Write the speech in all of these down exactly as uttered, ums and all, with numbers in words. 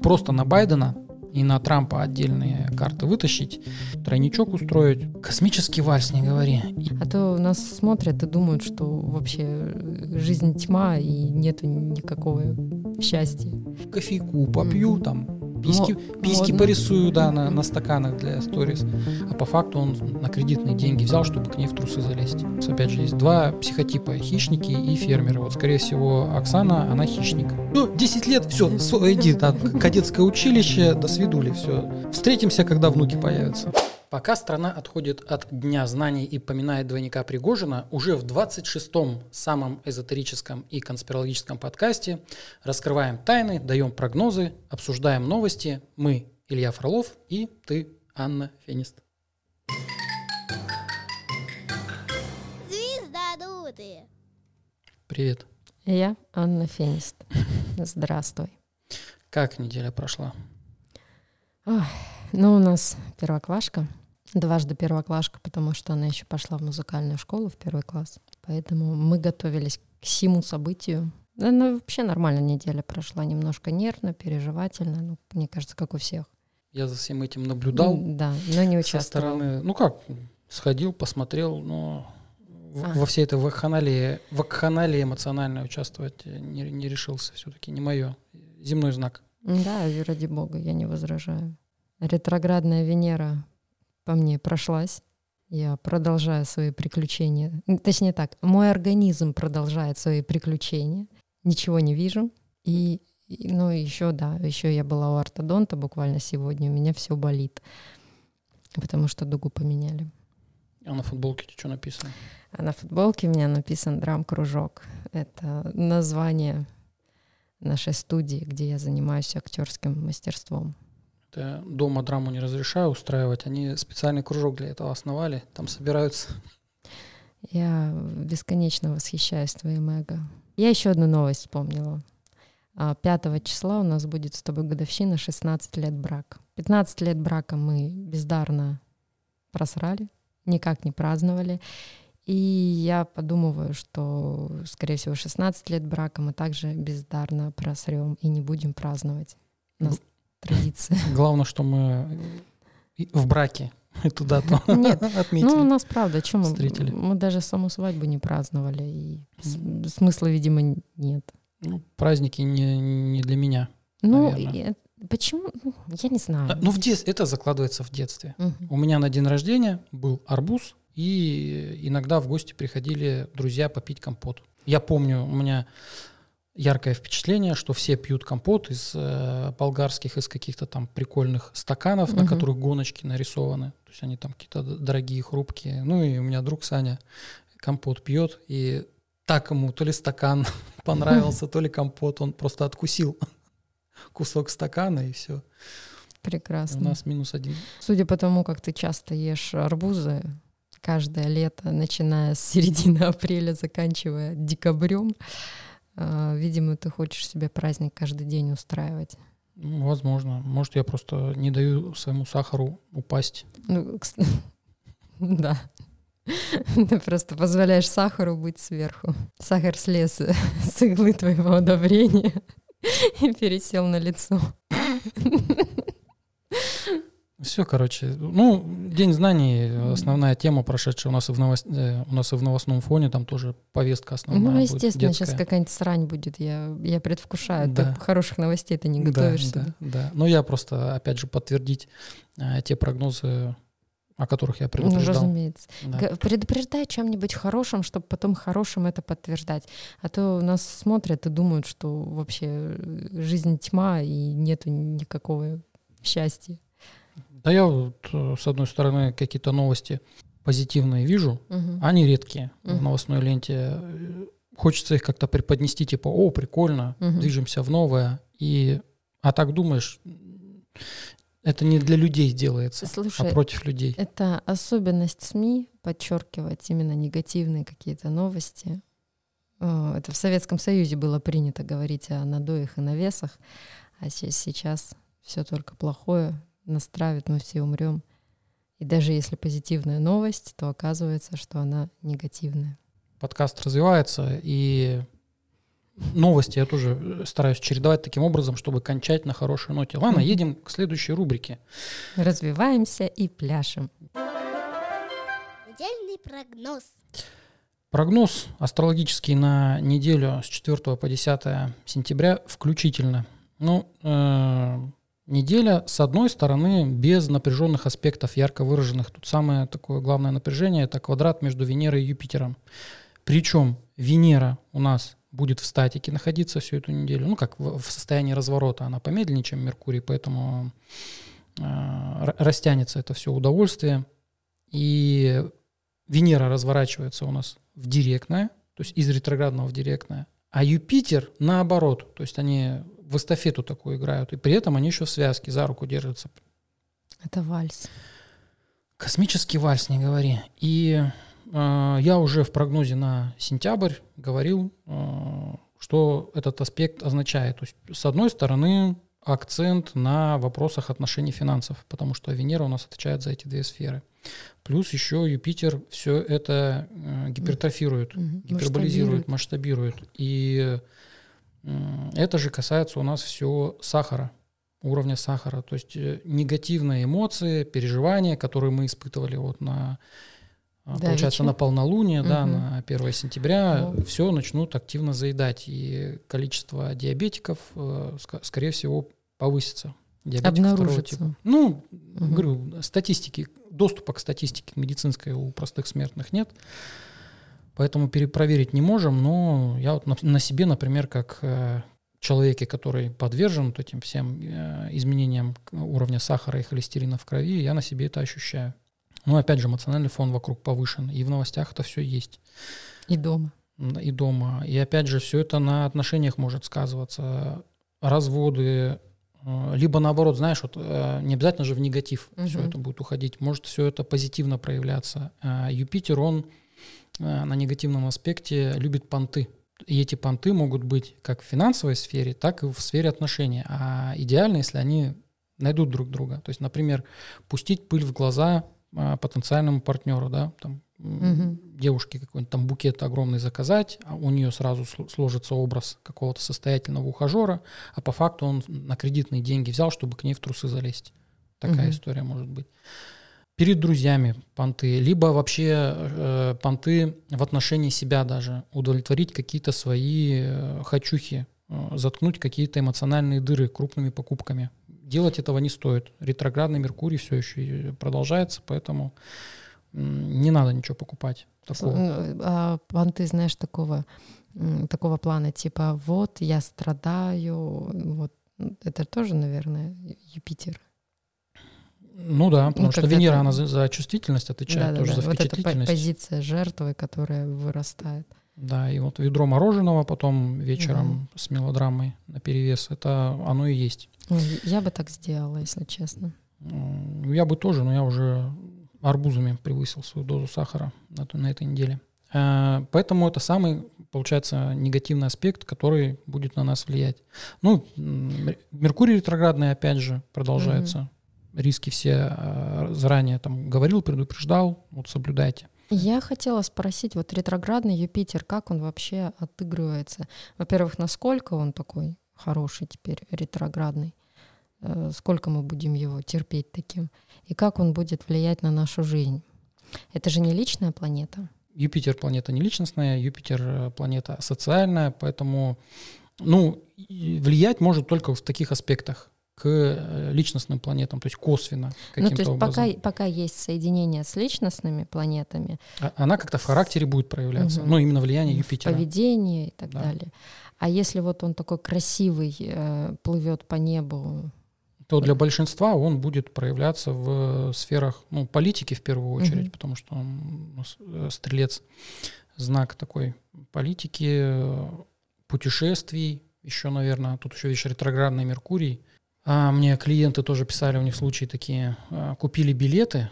просто на Байдена и на Трампа отдельные карты вытащить, тройничок устроить. Космический вальс, не говори. А то нас смотрят и думают, что вообще жизнь тьма и нету никакого счастья. Кофейку попью, mm-hmm. там письки, Мо- письки модно. порисую, да, на, на стаканах для сторис. А по факту он на кредитные деньги взял, чтобы к ней в трусы залезть. Опять же, есть два психотипа: хищники и фермеры. Вот, скорее всего, Оксана, она хищник. Ну, десять лет, все, иди, да, кадетское училище, до свидули, все. Встретимся, когда внуки появятся. Пока страна отходит от Дня знаний и поминает двойника Пригожина, уже в двадцать шестом самом эзотерическом и конспирологическом подкасте раскрываем тайны, даем прогнозы, обсуждаем новости. Мы, Илья Фролов, и ты, Анна Фенист. Звездодуты. Привет. Я Анна Фенист. Здравствуй. Как неделя прошла? Ой, ну, у нас первоклашка. Дважды первоклашка, потому что она еще пошла в музыкальную школу в первый класс. Поэтому мы готовились к всему событию. Ну, вообще нормально неделя прошла. Немножко нервно, переживательно. Ну, мне кажется, как у всех. Я за всем этим наблюдал. Да, но не участвовал. Со стороны, ну как, сходил, посмотрел, но в, А. во всей этой вакханалии, вакханалии эмоционально участвовать не, не решился. Все-таки не мое. Земной знак. Да, и ради бога, я не возражаю. Ретроградная Венера по мне прошлась. Я продолжаю свои приключения. Точнее так, мой организм продолжает свои приключения. Ничего не вижу. И, и ну еще, да, еще я была у ортодонта буквально сегодня. У меня все болит, потому что дугу поменяли. А на футболке что написано? А на футболке у меня написан драм-кружок. Это название нашей студии, где я занимаюсь актерским мастерством. Это дома драму не разрешаю устраивать. Они специальный кружок для этого основали. Там собираются. Я бесконечно восхищаюсь твоим эго. Я еще одну новость вспомнила. пятого числа у нас будет с тобой годовщина шестнадцать лет брака. пятнадцать лет брака мы бездарно просрали, никак не праздновали. И я подумываю, что, скорее всего, шестнадцать лет брака мы также бездарно просрем и не будем праздновать. У нас традиция. Главное, что мы в браке эту дату отметили. Ну, у нас правда, что мы, встретили. мы даже саму свадьбу не праздновали, и с- смысла, видимо, нет. Ну, праздники не, не для меня. Ну, наверное. и- почему? Ну, я не знаю. А, Ну, в детстве, это закладывается в детстве. Мгм. У меня на день рождения был арбуз, и иногда в гости приходили друзья попить компот. Я помню, у меня яркое впечатление, что все пьют компот из э, болгарских, из каких-то там прикольных стаканов, на Мгм. которых гоночки нарисованы. То есть они там какие-то д- дорогие, хрупкие. Ну и у меня друг Саня компот пьет, и так ему то ли стакан понравился, то ли компот. Он просто откусил кусок стакана, и все. У Прекрасно. нас минус один. Судя по тому, как ты часто ешь арбузы каждое лето, начиная с середины апреля, заканчивая декабрем, э, видимо, ты хочешь себе праздник каждый день устраивать. Ну, возможно. Может, я просто не даю своему сахару упасть. Ну, кс- да. Ты просто позволяешь сахару быть сверху. Сахар слез с иглы твоего одобрения и пересел на лицо. Все, короче. Ну, День знаний, основная тема, прошедшая у нас и в, новос- э, у нас и в новостном фоне, там тоже повестка основная Ну, будет естественно, детская. сейчас какая-нибудь срань будет. Я, я предвкушаю. Да. Ты хороших новостей ты не Да, готовишь да, себе. да. Но я просто, опять же, подтвердить э, те прогнозы, о которых я Ну, предупреждал. разумеется. Да. Г- Предупреждай чем-нибудь хорошим, чтобы потом хорошим это подтверждать. А то нас смотрят и думают, что вообще жизнь тьма и нету никакого счастья. Да я вот, э, с одной стороны, какие-то новости позитивные вижу, Мгм. они редкие в Мгм. новостной ленте. Э, Хочется их как-то преподнести, типа, о, прикольно, Мгм. движемся в новое. И, а так думаешь, это не для людей делается, Слушай, а против людей. это особенность СМИ подчеркивать именно негативные какие-то новости. Э, Это в Советском Союзе было принято говорить о надоях и навесах, а се- сейчас все только плохое нас травит, мы все умрем. И даже если позитивная новость, то оказывается, что она негативная. Подкаст развивается, и новости я тоже стараюсь чередовать таким образом, чтобы кончать на хорошей ноте. Ладно, едем к следующей рубрике. Развиваемся и пляшем. Недельный прогноз. Прогноз астрологический на неделю с четвёртого по десятое сентября включительно. Ну, э, неделя, с одной стороны, без напряженных аспектов, ярко выраженных. Тут самое такое главное напряжение – это квадрат между Венерой и Юпитером. Причем Венера у нас будет в статике находиться всю эту неделю, ну, как в, в состоянии разворота. Она помедленнее, чем Меркурий, поэтому э, растянется это все удовольствие. И Венера разворачивается у нас в директное, то есть из ретроградного в директное, а Юпитер наоборот, то есть они в эстафету такую играют, и при этом они еще в связке, за руку держатся. Это вальс. Космический вальс, не говори. И э, я уже в прогнозе на сентябрь говорил, э, что этот аспект означает. То есть, с одной стороны, акцент на вопросах отношений финансов, потому что Венера у нас отвечает за эти две сферы. Плюс еще Юпитер все это э, гипертрофирует, mm-hmm. гиперболизирует, масштабирует. И э, это же касается у нас все сахара, уровня сахара. То есть э, негативные эмоции, переживания, которые мы испытывали вот на, да, получается, на полнолуние, mm-hmm. да, на первое сентября, mm-hmm. все начнут активно заедать. И количество диабетиков, э, ск- скорее всего, повысится. Обнаружится. Типа. Ну, угу. говорю, статистики, доступа к статистике медицинской у простых смертных нет, поэтому перепроверить не можем, но я вот на, на себе, например, как э, человеке, который подвержен вот этим всем э, изменениям уровня сахара и холестерина в крови, я на себе это ощущаю. Но опять же, эмоциональный фон вокруг повышен, и в новостях это все есть. И дома. И дома. И опять же, все это на отношениях может сказываться. Разводы, либо наоборот, знаешь, вот не обязательно же в негатив uh-huh. все это будет уходить, может все это позитивно проявляться. Юпитер, он на негативном аспекте любит понты, и эти понты могут быть как в финансовой сфере, так и в сфере отношений. А идеально, если они найдут друг друга. То есть, например, пустить пыль в глаза потенциальному партнеру, да, там, угу. девушке какой-нибудь там букет огромный заказать, а у нее сразу сложится образ какого-то состоятельного ухажера, а по факту он на кредитные деньги взял, чтобы к ней в трусы залезть. Такая угу. история может быть. Перед друзьями понты, либо вообще э, понты в отношении себя даже, удовлетворить какие-то свои э, хочухи, э, заткнуть какие-то эмоциональные дыры крупными покупками. Делать этого не стоит. Ретроградный Меркурий все еще продолжается, поэтому не надо ничего покупать такого. А понты, знаешь, такого, такого плана, типа вот я страдаю, вот это тоже, наверное, Юпитер. Ну да, потому ну, что Венера, она за, за чувствительность отвечает, да, тоже да, за впечатлительность. Вот эта позиция жертвы, которая вырастает. Да, и вот ведро мороженого потом вечером да. с мелодрамой наперевес, это оно и есть. Я бы так сделала, если честно. Я бы тоже, но я уже арбузами превысил свою дозу сахара на, на этой неделе. Поэтому это самый, получается, негативный аспект, который будет на нас влиять. Ну, Меркурий ретроградный, опять же, продолжается. Угу. Риски все заранее там говорил, предупреждал, вот соблюдайте. Я хотела спросить, вот ретроградный Юпитер, как он вообще отыгрывается? Во-первых, насколько он такой хороший теперь, ретроградный? Сколько мы будем его терпеть таким? И как он будет влиять на нашу жизнь? Это же не личная планета. Юпитер планета не личностная, Юпитер планета социальная, поэтому ну, влиять может только в таких аспектах к личностным планетам, то есть косвенно каким-то ну, то есть образом. Пока, пока есть соединение с личностными планетами, она как-то в характере будет проявляться, угу. ну именно влияние Юпитера. В поведении и так да. далее. А если вот он такой красивый, э, плывет по небу, то для большинства он будет проявляться в сферах ну, политики в первую очередь, угу. потому что он стрелец, знак такой политики, путешествий, еще, наверное, тут еще, видишь, ретроградный Меркурий. А мне клиенты тоже писали, у них случаи такие, купили билеты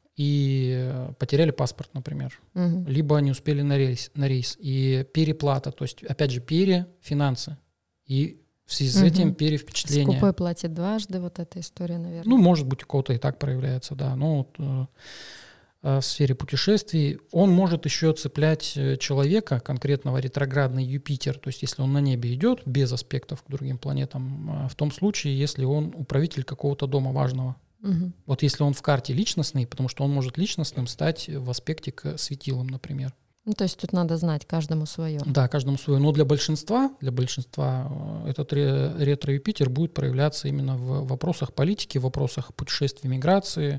и потеряли паспорт, например, угу. либо не успели на рейс, на рейс, и переплата, то есть, опять же, перефинансы, и в связи с угу. этим перевпечатление. Скупой платит дважды, вот эта история, наверное. Ну, может быть, у кого-то и так проявляется, да, ну, вот, в сфере путешествий. Он может еще цеплять человека, конкретного ретроградный Юпитер, то есть если он на небе идет, без аспектов к другим планетам, в том случае, если он управитель какого-то дома важного. Угу. Вот если он в карте личностный, потому что он может личностным стать в аспекте к светилам, например. Ну, то есть тут надо знать каждому свое. Да, каждому свое. Но для большинства, для большинства этот ретро-Юпитер будет проявляться именно в вопросах политики, в вопросах путешествий, миграции.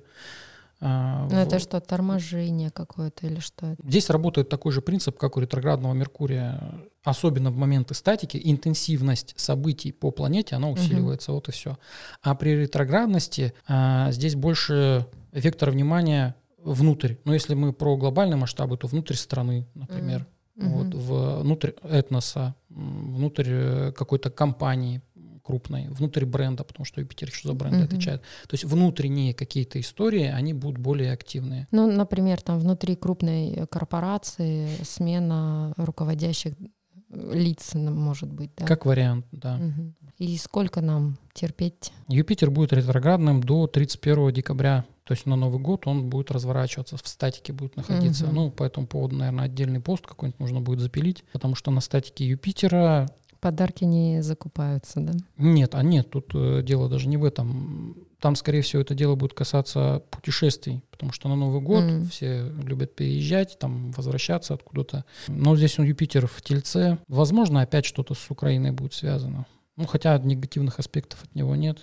Ну, в... это что, торможение какое-то или что это? Здесь работает такой же принцип, как у ретроградного Меркурия. Особенно в моменты статики интенсивность событий по планете, она усиливается, угу. Вот и все. А при ретроградности а, здесь больше вектор внимания внутрь. Но если мы про глобальные масштабы, то внутрь страны, например, mm-hmm. вот, внутрь этноса, внутрь какой-то компании крупной, внутрь бренда, потому что Юпитер еще за бренды mm-hmm. отвечает. То есть внутренние какие-то истории, они будут более активные. Ну, например, там внутри крупной корпорации смена руководящих лиц, может быть, да? Как вариант, да. Угу. И сколько нам терпеть? Юпитер будет ретроградным до тридцать первого декабря. То есть на Новый год он будет разворачиваться, в статике будет находиться. Угу. Ну, по этому поводу, наверное, отдельный пост какой-нибудь нужно будет запилить, потому что на статике Юпитера... Подарки не закупаются, да? Нет, а нет, тут э, дело даже не в этом. Там, скорее всего, это дело будет касаться путешествий, потому что на Новый год mm. все любят переезжать, там, возвращаться откуда-то. Но здесь он Юпитер в Тельце. Возможно, опять что-то с Украиной будет связано. Ну, хотя негативных аспектов от него нет.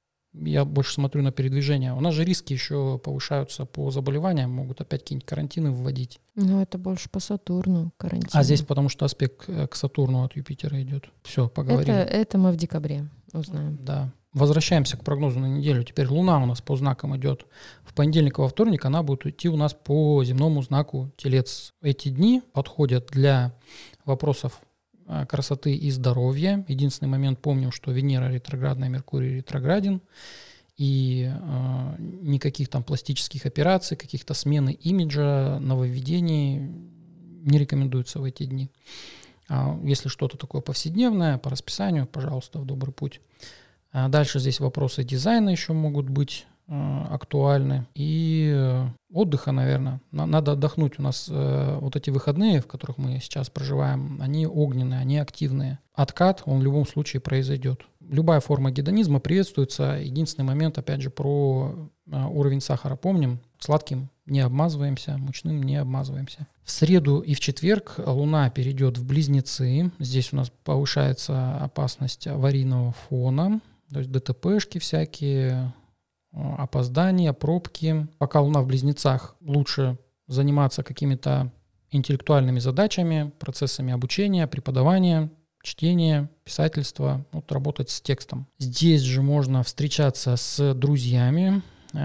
Я больше смотрю на передвижение. У нас же риски еще повышаются по заболеваниям, могут опять какие-нибудь карантины вводить. Ну, это больше по Сатурну карантин. А здесь потому что аспект к Сатурну от Юпитера идет. Все, поговорили. Это, это мы в декабре узнаем. Да. Возвращаемся к прогнозу на неделю. Теперь Луна у нас по знакам идет. В понедельник и во вторник она будет идти у нас по земному знаку Телец. Эти дни подходят для вопросов красоты и здоровья. Единственный момент, помним, что Венера ретроградная, Меркурий ретрограден, и э, никаких там пластических операций, каких-то смены имиджа, нововведений не рекомендуется в эти дни. А если что-то такое повседневное, по расписанию, пожалуйста, в добрый путь. А дальше здесь вопросы дизайна еще могут быть э, актуальны. И э, отдыха, наверное. На, надо отдохнуть. У нас э, вот эти выходные, в которых мы сейчас проживаем, они огненные, они активные. Откат, он в любом случае произойдет. Любая форма гедонизма приветствуется. Единственный момент, опять же, про э, уровень сахара. Помним, сладким не обмазываемся, мучным не обмазываемся. В среду и в четверг Луна перейдет в Близнецы. Здесь у нас повышается опасность аварийного фона. То есть ДТПшки всякие, опоздания, пробки. Пока Луна в Близнецах, лучше заниматься какими-то интеллектуальными задачами, процессами обучения, преподавания, чтения, писательства, вот работать с текстом. Здесь же можно встречаться с друзьями,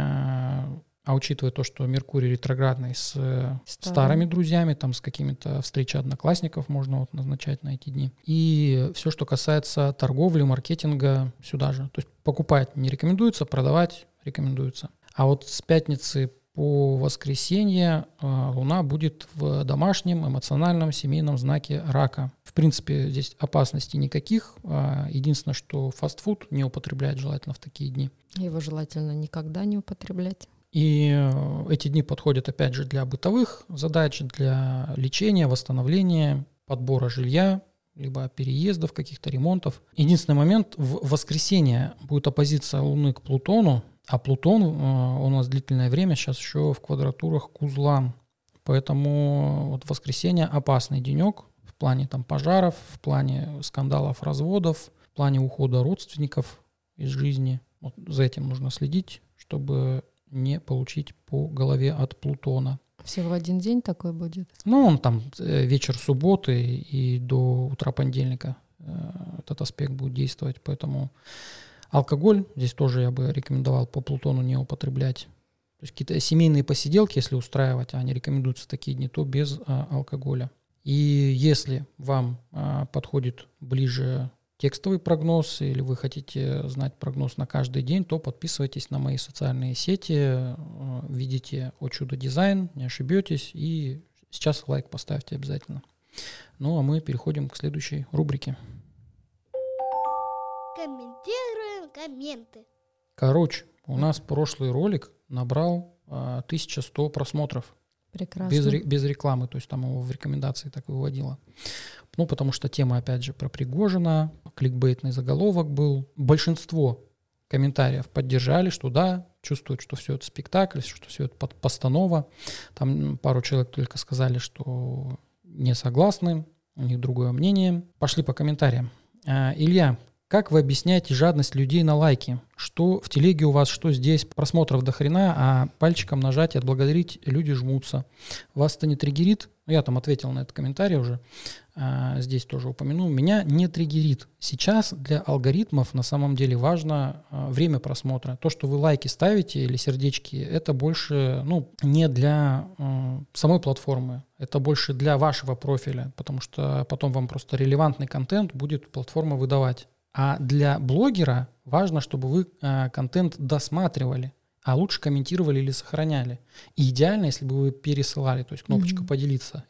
а учитывая то, что Меркурий ретроградный с Старым. старыми друзьями, там с какими-то встречами одноклассников можно вот назначать на эти дни. И все, что касается торговли, маркетинга, сюда же. То есть покупать не рекомендуется, продавать рекомендуется. А вот с пятницы по воскресенье Луна будет в домашнем, эмоциональном, семейном знаке Рака. В принципе, здесь опасностей никаких. Единственное, что фастфуд не употреблять желательно в такие дни. Его желательно никогда не употреблять. И эти дни подходят, опять же, для бытовых задач, для лечения, восстановления, подбора жилья, либо переездов, каких-то ремонтов. Единственный момент, в воскресенье будет оппозиция Луны к Плутону, а Плутон у нас длительное время сейчас еще в квадратурах к узлам. Поэтому вот воскресенье опасный денек в плане там пожаров, в плане скандалов, разводов, в плане ухода родственников из жизни. Вот за этим нужно следить, чтобы не получить по голове от Плутона. Всего в один день такой будет? Ну, он там вечер субботы и до утра понедельника этот аспект будет действовать, поэтому алкоголь здесь тоже я бы рекомендовал по Плутону не употреблять. То есть какие-то семейные посиделки, если устраивать, они рекомендуются такие дни, то без а, алкоголя. И если вам а, подходит ближе текстовый прогноз, или вы хотите знать прогноз на каждый день, то подписывайтесь на мои социальные сети, видите «О чудо дизайн», не ошибетесь, и сейчас лайк поставьте обязательно. Ну, а мы переходим к следующей рубрике. Комментируем комменты. Короче, у нас прошлый ролик набрал тысяча сто просмотров. Прекрасно. Без, без рекламы, то есть там его в рекомендации так выводило. Ну, потому что тема, опять же, про Пригожина, кликбейтный заголовок был. Большинство комментариев поддержали, что да, чувствуют, что все это спектакль, что все это постанова. Там пару человек только сказали, что не согласны, у них другое мнение. Пошли по комментариям. А, Илья, как вы объясняете жадность людей на лайки? Что в телеге у вас, что здесь? Просмотров до хрена, а пальчиком нажать и отблагодарить люди жмутся. Вас это не триггерит? Я там ответил на этот комментарий уже. А, здесь тоже упомянул. Меня не триггерит. Сейчас для алгоритмов на самом деле важно а, время просмотра. То, что вы лайки ставите или сердечки, это больше ну, не для а, самой платформы. Это больше для вашего профиля, потому что потом вам просто релевантный контент будет платформа выдавать. А для блогера важно, чтобы вы э, контент досматривали, а лучше комментировали или сохраняли. И идеально, если бы вы пересылали, то есть кнопочка mm-hmm. «Поделиться».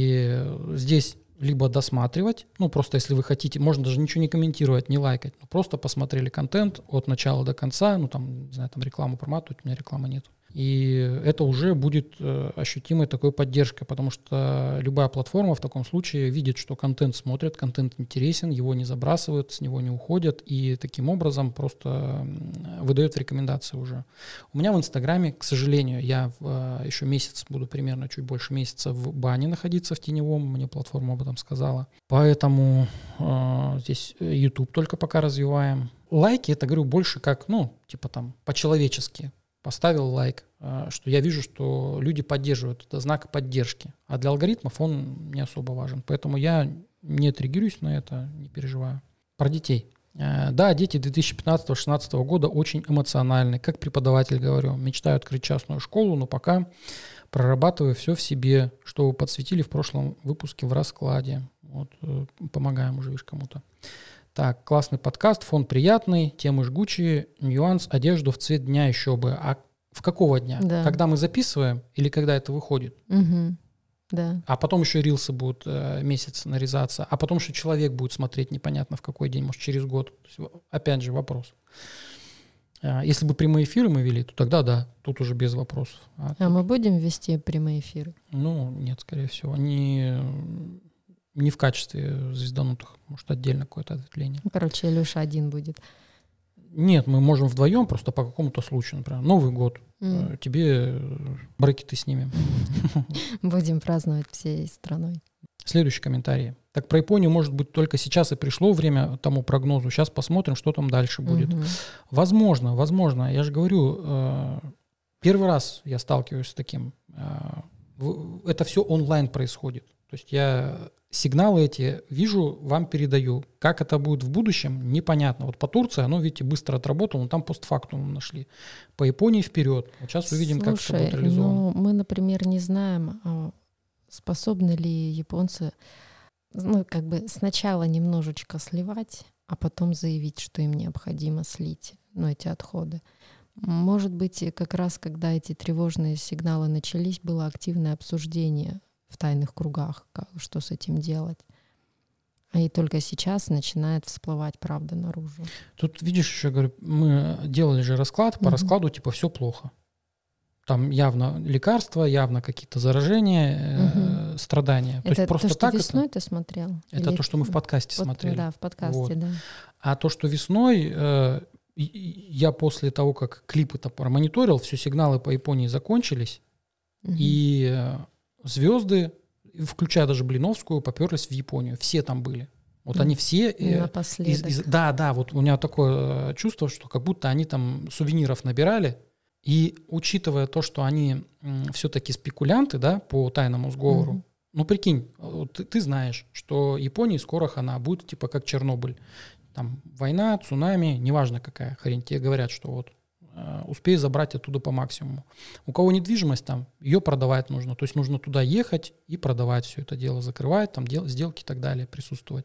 И здесь либо досматривать, ну просто если вы хотите, можно даже ничего не комментировать, не лайкать, но просто посмотрели контент от начала до конца, ну там, не знаю, там рекламу проматывать, у меня рекламы нет. И это уже будет э, ощутимой такой поддержкой, потому что любая платформа в таком случае видит, что контент смотрят, контент интересен, его не забрасывают, с него не уходят, и таким образом просто выдает в рекомендации уже. У меня в Инстаграме, к сожалению, я в, еще месяц буду примерно чуть больше месяца в бане находиться в теневом, мне платформа об этом сказала. Поэтому э, здесь YouTube только пока развиваем. Лайки, это, говорю, больше как, ну, типа там, по-человечески. Поставил лайк, что я вижу, что люди поддерживают. Это знак поддержки. А для алгоритмов он не особо важен. Поэтому я не триггерюсь на это, не переживаю. Про детей. Да, дети две тысячи пятнадцатого-шестнадцатого года очень эмоциональны. Как преподаватель говорю, мечтаю открыть частную школу, но пока прорабатываю все в себе, что вы подсветили в прошлом выпуске в раскладе. Вот, помогаем уже, видишь, кому-то. Так, классный подкаст, фон приятный, темы жгучие, нюанс, одежду в цвет дня еще бы. А в какого дня? Да. Когда мы записываем или когда это выходит? Угу. Да. А потом еще рилсы будут э, месяц нарезаться, а потом еще человек будет смотреть непонятно в какой день, может через год. То есть, опять же вопрос. А, если бы прямые эфиры мы вели, то тогда да, тут уже без вопросов. А, а тут... мы будем вести прямые эфиры? Ну, нет, скорее всего. Не... Не в качестве звезданутых, может, отдельно какое-то ответвление. Короче, Илюша один будет. Нет, мы можем вдвоем просто по какому-то случаю, например, Новый год. Mm. Тебе брекеты снимем. Будем праздновать всей страной. Следующий комментарий. Так про Японию, может быть, только сейчас и пришло время тому прогнозу. Сейчас посмотрим, что там дальше будет. Mm-hmm. Возможно, возможно. Я же говорю, первый раз я сталкиваюсь с таким. Это все онлайн происходит. То есть я сигналы эти вижу, вам передаю. Как это будет в будущем, непонятно. Вот по Турции оно, видите, быстро отработало, но там постфактум нашли. По Японии вперед. Вот сейчас увидим, Слушай, как это будет реализовано. Ну, мы, например, не знаем, способны ли японцы ну, как бы сначала немножечко сливать, а потом заявить, что им необходимо слить ну, эти отходы. Может быть, как раз когда эти тревожные сигналы начались, было активное обсуждение в тайных кругах, как, что с этим делать. И только сейчас начинает всплывать правда наружу. Тут, видишь, еще говорю, мы делали же расклад, по mm-hmm. раскладу типа все плохо. Там явно лекарства, явно какие-то заражения, mm-hmm. э, страдания. То это есть просто то, что так весной это, ты смотрел? Это Или... то, что мы в подкасте вот, смотрели. Да, в подкасте, вот. да. А то, что весной, э, я после того, как клипы-то промониторил, все сигналы по Японии закончились, mm-hmm. и... Э, звезды, включая даже Блиновскую, поперлись в Японию. Все там были. Вот mm. они все... Напоследок. Из, из, да, да, вот у меня такое чувство, что как будто они там сувениров набирали. И учитывая то, что они м, все-таки спекулянты, да, по тайному сговору, mm-hmm. ну, прикинь, ты, ты знаешь, что Японии скоро хана будет типа как Чернобыль. Там война, цунами, неважно какая хрень. Тебе говорят, что вот успей забрать оттуда по максимуму. У кого недвижимость там, ее продавать нужно. То есть нужно туда ехать и продавать все это дело, закрывать, там дел, сделки и так далее, присутствовать.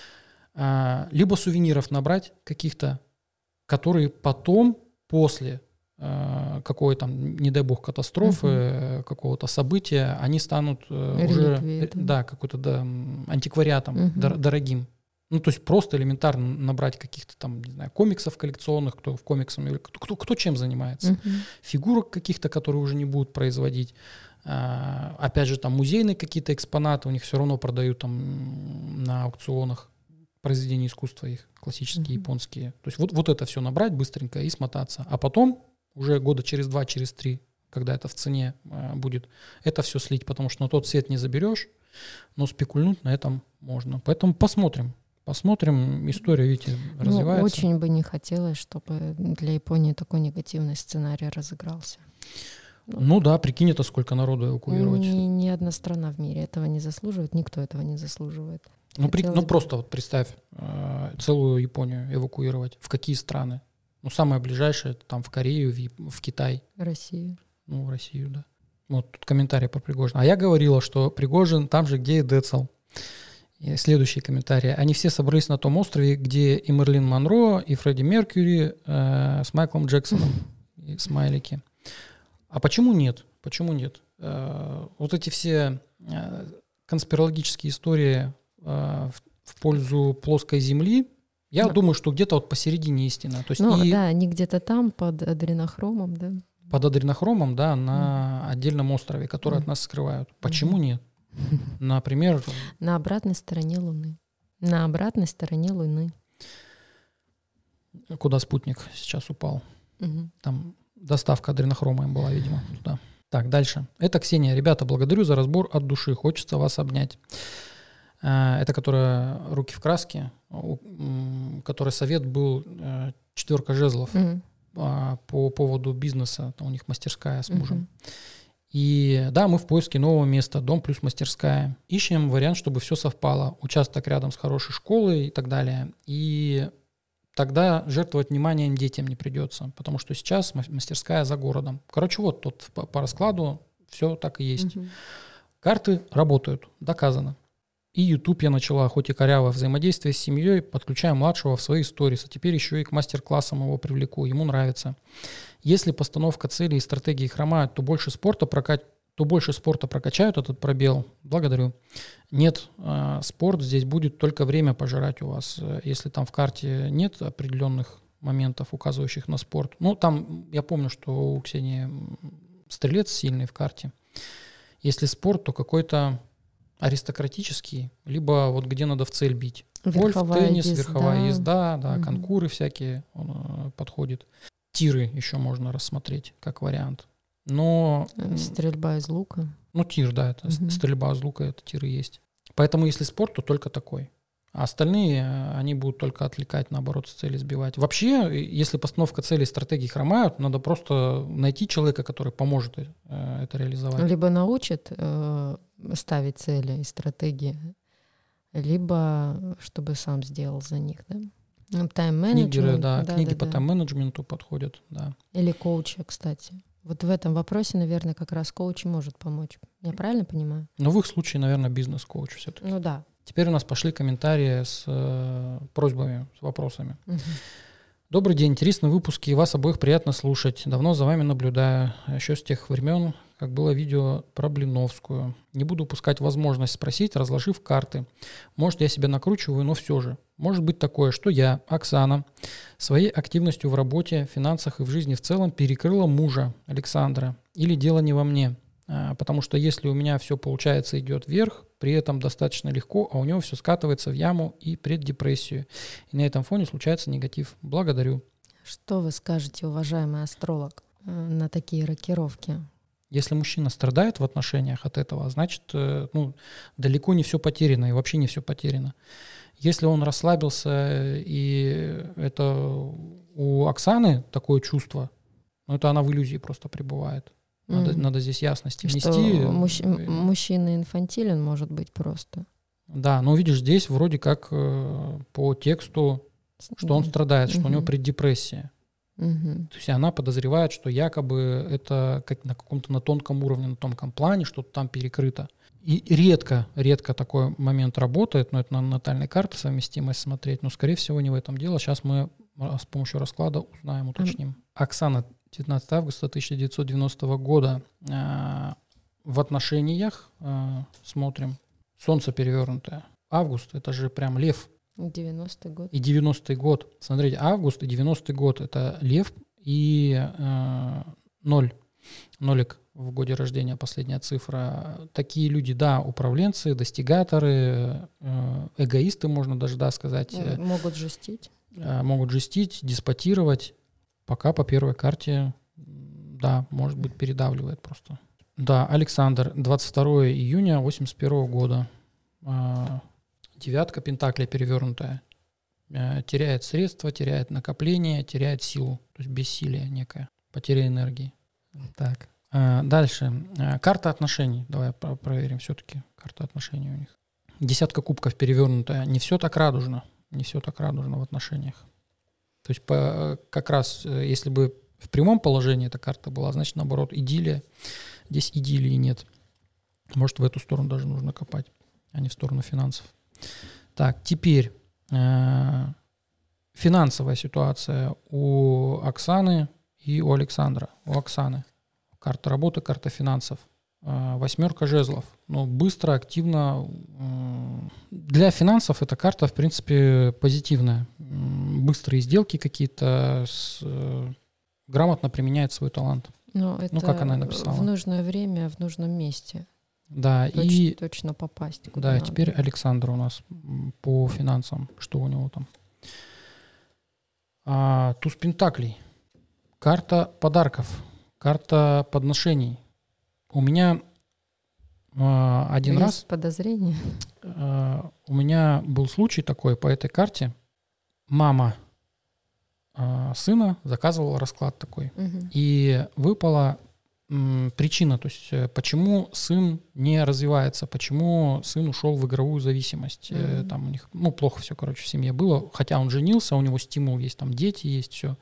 А, либо сувениров набрать каких-то, которые потом, после а, какой там, не дай бог, катастрофы, uh-huh. какого-то события, они станут uh, уже да, какой-то да, антиквариатом uh-huh. дор- дорогим. Ну, то есть просто элементарно набрать каких-то там, не знаю, комиксов коллекционных, кто в комиксах, или кто, кто, кто чем занимается. Uh-huh. Фигурок каких-то, которые уже не будут производить. А, опять же, там музейные какие-то экспонаты, у них все равно продают там на аукционах произведения искусства их, классические, uh-huh. японские. То есть вот, вот это все набрать быстренько и смотаться. А потом, уже года через два, через три, когда это в цене а, будет, это все слить, потому что на тот свет не заберешь, но спекульнуть на этом можно. Поэтому посмотрим. Посмотрим, история, видите, развивается. Ну, очень бы не хотелось, чтобы для Японии такой негативный сценарий разыгрался. Ну, ну да, прикинь, это сколько народу эвакуировать. Ни, ни одна страна в мире этого не заслуживает, никто этого не заслуживает. Ну, при, ну бы... просто вот представь, э, целую Японию эвакуировать. В какие страны? Ну, самое ближайшее, это там в Корею, в, в Китай. Россию. Ну, в Россию, да. Вот тут комментарий про Пригожина. А я говорила, что Пригожин там же, где и Децл. И следующий комментарий. Они все собрались на том острове, где и Мерлин Монро, и Фредди Меркьюри э, с Майклом Джексоном, и смайлики. А почему нет? Почему нет? Э, вот эти все э, конспирологические истории э, в, в пользу плоской земли, я да. думаю, что где-то вот посередине истина. То есть ну и да, они где-то там под адренохромом, да? Под адренохромом, да, на mm. отдельном острове, который mm. от нас скрывают. Почему mm-hmm. нет? Например... На обратной стороне Луны. На обратной стороне Луны. Куда спутник сейчас упал. Угу. Там доставка адренохрома им была, видимо, туда. Так, дальше. Это Ксения. Ребята, благодарю за разбор от души. Хочется вас обнять. Это которая руки в краске, который совет был четверка жезлов угу. по поводу бизнеса. Там у них мастерская с мужем. Угу. И да, мы в поиске нового места, дом плюс мастерская. Ищем вариант, чтобы все совпало. Участок рядом с хорошей школой и так далее. И тогда жертвовать вниманием детям не придется, потому что сейчас мастерская за городом. Короче, вот тут по, по раскладу все так и есть. Угу. Карты работают, доказано. И YouTube я начала, хоть и коряво, взаимодействие с семьей, подключая младшего в свои сторис, а теперь еще и к мастер-классам его привлеку, ему нравится. Если постановка целей и стратегии хромают, то больше спорта прокат... то больше спорта прокачают этот пробел. Благодарю. Нет, э, спорт здесь будет только время пожирать у вас. Если там в карте нет определенных моментов, указывающих на спорт. Ну, там, я помню, что у Ксении стрелец сильный в карте. Если спорт, то какой-то аристократический, либо вот где надо в цель бить. Верховая Гольф, теннис, езда. верховая езда, да, угу. конкуры всякие, он э, подходит. Тиры еще можно рассмотреть как вариант. Но... Стрельба из лука. Ну, тир, да, это угу. стрельба из лука, это тиры есть. Поэтому если спорт, то только такой. А остальные, они будут только отвлекать, наоборот, с цели сбивать. Вообще, если постановка целей и стратегии хромают, надо просто найти человека, который поможет э, это реализовать. Либо научит э, ставить цели и стратегии, либо чтобы сам сделал за них, да? Тайм-менеджмент. Да, да, книги да, по да. тайм-менеджменту подходят, да. Или коуча, кстати. Вот в этом вопросе, наверное, как раз коуч может помочь. Я правильно понимаю? Но в их случае, наверное, бизнес-коуч все-таки. Ну да. Теперь у нас пошли комментарии с э, просьбами, с вопросами. Угу. Добрый день, интересные выпуски, вас обоих приятно слушать. Давно за вами наблюдаю, еще с тех времен, как было видео про Блиновскую. Не буду упускать возможность спросить, разложив карты. Может, я себя накручиваю, но все же. Может быть такое, что я, Оксана, своей активностью в работе, финансах и в жизни в целом перекрыла мужа Александра. Или дело не во мне. А, потому что если у меня все получается, идет вверх, при этом достаточно легко, а у него все скатывается в яму и преддепрессию. И на этом фоне случается негатив. Благодарю. Что вы скажете, уважаемый астролог, на такие рокировки? Если мужчина страдает в отношениях от этого, значит, ну, далеко не все потеряно и вообще не все потеряно. Если он расслабился, и это у Оксаны такое чувство, ну, это она в иллюзии просто пребывает. Надо, mm. надо здесь ясности внести. Что мужч... мужчина инфантилен может быть просто. Да, но видишь, здесь вроде как э, по тексту, что mm. он страдает, mm-hmm. что у него преддепрессия. Mm-hmm. То есть она подозревает, что якобы это как на каком-то на тонком уровне, на тонком плане, что-то там перекрыто. И редко, редко такой момент работает, но это на натальной карте совместимость смотреть, но, скорее всего, не в этом дело. Сейчас мы с помощью расклада узнаем, уточним. Mm. Оксана, девятнадцатого августа тысяча девятьсот девяностого года. Э, в отношениях э, смотрим. Солнце перевернутое. Август — это же прям лев. девяностый год. И девяностый год. Смотрите, август и девяностый год — это лев и э, ноль. Нолик в годе рождения, последняя цифра. Такие люди, да, управленцы, достигаторы, э, эгоисты, можно даже, да, сказать. Могут жестить. Э, могут жестить, деспотировать. Пока по первой карте, да, может быть, передавливает просто. Да, Александр, двадцать второго июня восемьдесят первого года. Э, девятка пентаклей перевернутая. Э, теряет средства, теряет накопление, теряет силу. То есть бессилие некое, потеря энергии. Так, а, дальше. А, карта отношений. Давай про- проверим все-таки карта отношений у них. Десятка кубков перевернутая. Не все так радужно. Не все так радужно в отношениях. То есть по, как раз, если бы в прямом положении эта карта была, значит, наоборот, идиллия. Здесь идиллии нет. Может, в эту сторону даже нужно копать, а не в сторону финансов. Так, теперь э, финансовая ситуация у Оксаны и у Александра. У Оксаны карта работы, карта финансов. Восьмерка жезлов. Ну, быстро, активно. Для финансов эта карта, в принципе, позитивная. Быстрые сделки какие-то, с, грамотно применяет свой талант. Но это ну, как она написала. В нужное время, в нужном месте. Да, Точ, и точно попасть. Куда да, надо. теперь Александр у нас по финансам. Что у него там? А, туз пентаклей. Карта подарков. Карта подношений. У меня э, один Есть раз... подозрение? Э, у меня был случай такой по этой карте. Мама э, сына заказывала расклад такой. Угу. И выпала м, причина, то есть э, почему сын не развивается, почему сын ушел в игровую зависимость. Угу. Э, там у них, ну, плохо все, короче, в семье было. Хотя он женился, у него стимул есть, там дети есть, все.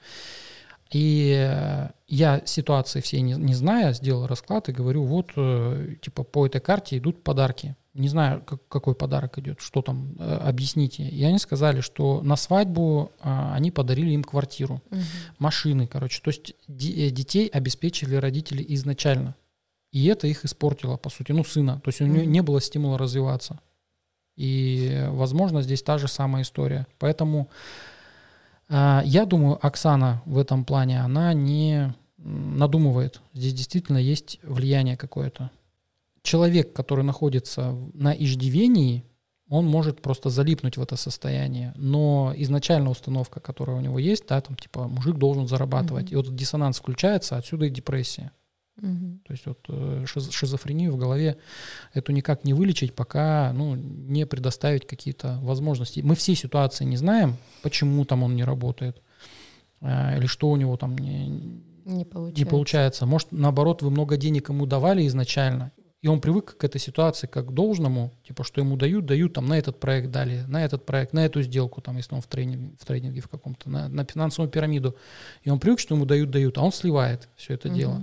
И я ситуации всей не, не зная, сделал расклад и говорю, вот, э, типа, по этой карте идут подарки. Не знаю, как, какой подарок идет, что там, э, объясните. И они сказали, что на свадьбу э, они подарили им квартиру, Угу. машины, короче. То есть де- детей обеспечили родители изначально. И это их испортило, по сути, ну, сына. То есть у него Угу. не было стимула развиваться. И, возможно, здесь та же самая история. Поэтому... Я думаю, Оксана в этом плане, она не надумывает. Здесь действительно есть влияние какое-то. Человек, который находится на иждивении, он может просто залипнуть в это состояние. Но изначально установка, которая у него есть, да, там типа мужик должен зарабатывать. Mm-hmm. И вот диссонанс включается, отсюда и депрессия. Mm-hmm. То есть вот шиз- шизофрению в голове эту никак не вылечить, пока ну, не предоставить какие-то возможности. Мы все ситуации не знаем, почему там он не работает, э, или что у него там не, не, получается. не получается. Может, наоборот, вы много денег ему давали изначально, и он привык к этой ситуации как к должному, типа, что ему дают, дают, там, на этот проект дали, на этот проект, на эту сделку, там, если он в трейдинге, в, трейдинге в каком-то, на, на финансовую пирамиду. И он привык, что ему дают, дают, а он сливает все это mm-hmm. дело.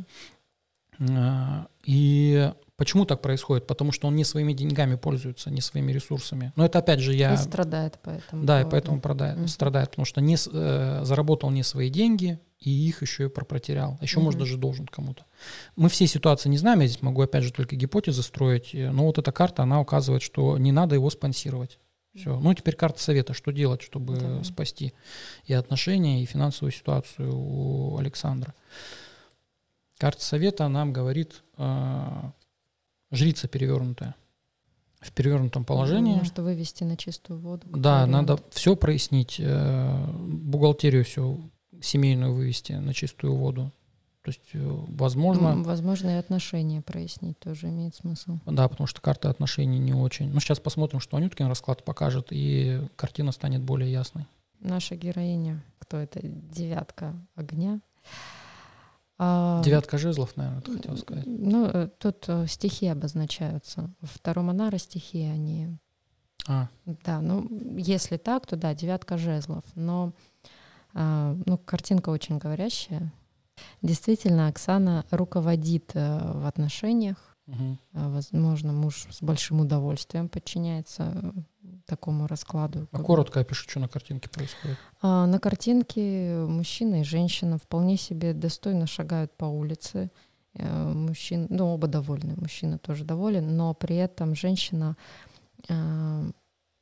И почему так происходит? Потому что он не своими деньгами пользуется, не своими ресурсами. Но это опять же я... И страдает поэтому. Да, поводу. И поэтому продает, mm-hmm. страдает, потому что не, э, заработал не свои деньги, и их еще и протерял. Еще, mm-hmm. может, даже должен кому-то. Мы все ситуации не знаем, я здесь могу опять же только гипотезы строить, но вот эта карта, она указывает, что не надо его спонсировать. Все. Ну, теперь карта совета, что делать, чтобы mm-hmm. спасти и отношения, и финансовую ситуацию у Александра. Карта совета нам говорит э, жрица перевернутая. В перевернутом положении. Может вывести на чистую воду. Да, вариант. Надо все прояснить, э, бухгалтерию всю семейную вывести на чистую воду. То есть, э, возможно... Возможно, и отношения прояснить тоже имеет смысл. Да, потому что карта отношений не очень. Ну, сейчас посмотрим, что Анюткин расклад покажет, и картина станет более ясной. Наша героиня, кто это? Девятка огня. Девятка жезлов, наверное, ты хотела сказать. Ну, тут стихии обозначаются. Во втором анара стихии они... А. Да, ну, если так, то да, девятка жезлов. Но ну, картинка очень говорящая. Действительно, Оксана руководит в отношениях. Угу. Возможно, муж с большим удовольствием подчиняется такому раскладу. А коротко опиши, что на картинке происходит. А, на картинке мужчина и женщина вполне себе достойно шагают по улице. Мужчина, ну, оба довольны, мужчина тоже доволен, но при этом женщина э,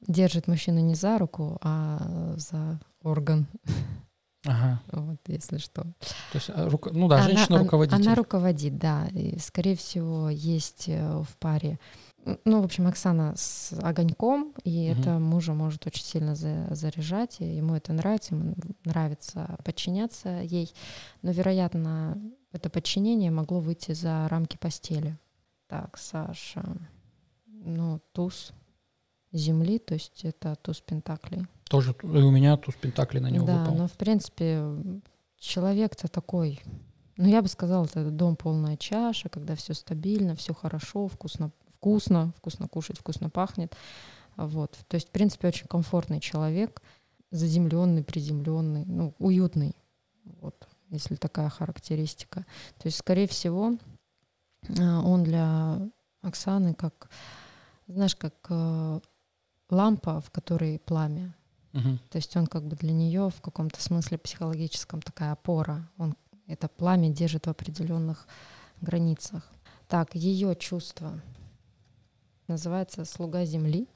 держит мужчину не за руку, а за орган. Ага. Вот, если что. То есть, руко... ну да, она, женщина-руководитель. Она, она руководит, да. И, скорее всего, есть в паре. Ну, в общем, Оксана с огоньком, и угу. это мужа может очень сильно за, заряжать, и ему это нравится, ему нравится подчиняться ей. Но, вероятно, это подчинение могло выйти за рамки постели. Так, Саша, ну, туз земли, то есть это туз пентаклей. Тоже и у меня туз пентаклей на него да, выпал. Да, но, в принципе, человек-то такой... Ну, я бы сказала, это дом полная чаша, когда все стабильно, все хорошо, вкусно, вкусно, вкусно кушать, вкусно пахнет. Вот. То есть, в принципе, очень комфортный человек, заземленный, приземленный, ну, уютный. Вот, если такая характеристика. То есть, скорее всего, он для Оксаны как, знаешь, как лампа, в которой пламя. Угу. То есть он как бы для нее в каком-то смысле психологическом такая опора. Он это пламя держит в определенных границах. Так, ее чувство называется «Слуга земли».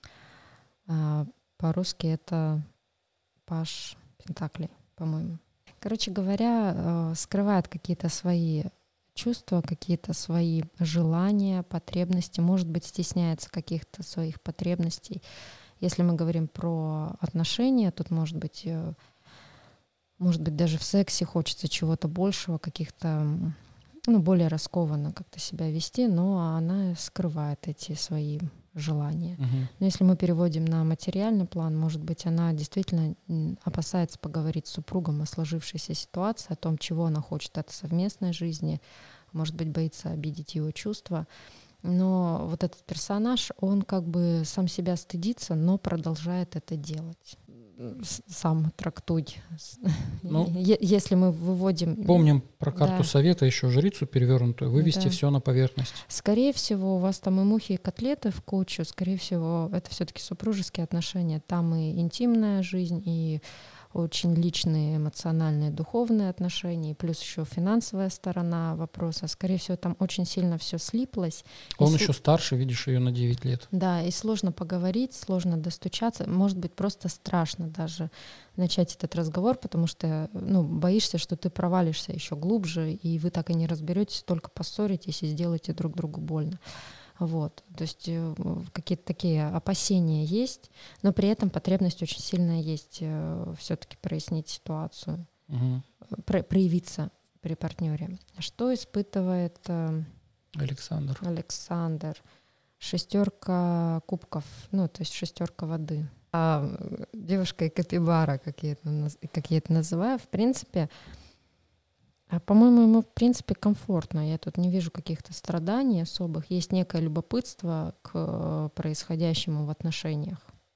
А, по-русски это паж пентаклей, по-моему. Короче говоря, скрывает какие-то свои чувства, какие-то свои желания, потребности, может быть, стесняется каких-то своих потребностей. Если мы говорим про отношения, тут может быть... Может быть, даже в сексе хочется чего-то большего, каких-то, ну, более раскованно как-то себя вести, но она скрывает эти свои желания. Uh-huh. Но если мы переводим на материальный план, может быть, она действительно опасается поговорить с супругом о сложившейся ситуации, о том, чего она хочет от совместной жизни, может быть, боится обидеть его чувства. Но вот этот персонаж, он как бы сам себя стыдится, но продолжает это делать. Сам трактуй. Ну, если мы выводим... Помним про карту да. совета еще жрицу перевернутую, вывести да. все на поверхность. Скорее всего, у вас там и мухи, и котлеты в кучу. Скорее всего, это все-таки супружеские отношения. Там и интимная жизнь, и очень личные, эмоциональные, духовные отношения, и плюс еще финансовая сторона вопроса. Скорее всего, там очень сильно все слиплось. Он и еще сл... старше, видишь, ее на девять лет. Да, и сложно поговорить, сложно достучаться. Может быть, просто страшно даже начать этот разговор, потому что ну, боишься, что ты провалишься еще глубже, и вы так и не разберетесь, только поссоритесь и сделаете друг другу больно. Вот, то есть э, какие-то такие опасения есть, но при этом потребность очень сильная есть э, все-таки прояснить ситуацию, угу. про- проявиться при партнере. Что испытывает э, Александр? Александр. Шестерка кубков, ну, то есть шестерка воды. А девушка и капибара, как я это, как я это называю, в принципе, по-моему, ему, в принципе, комфортно. Я тут не вижу каких-то страданий особых. Есть некое любопытство к происходящему в отношениях.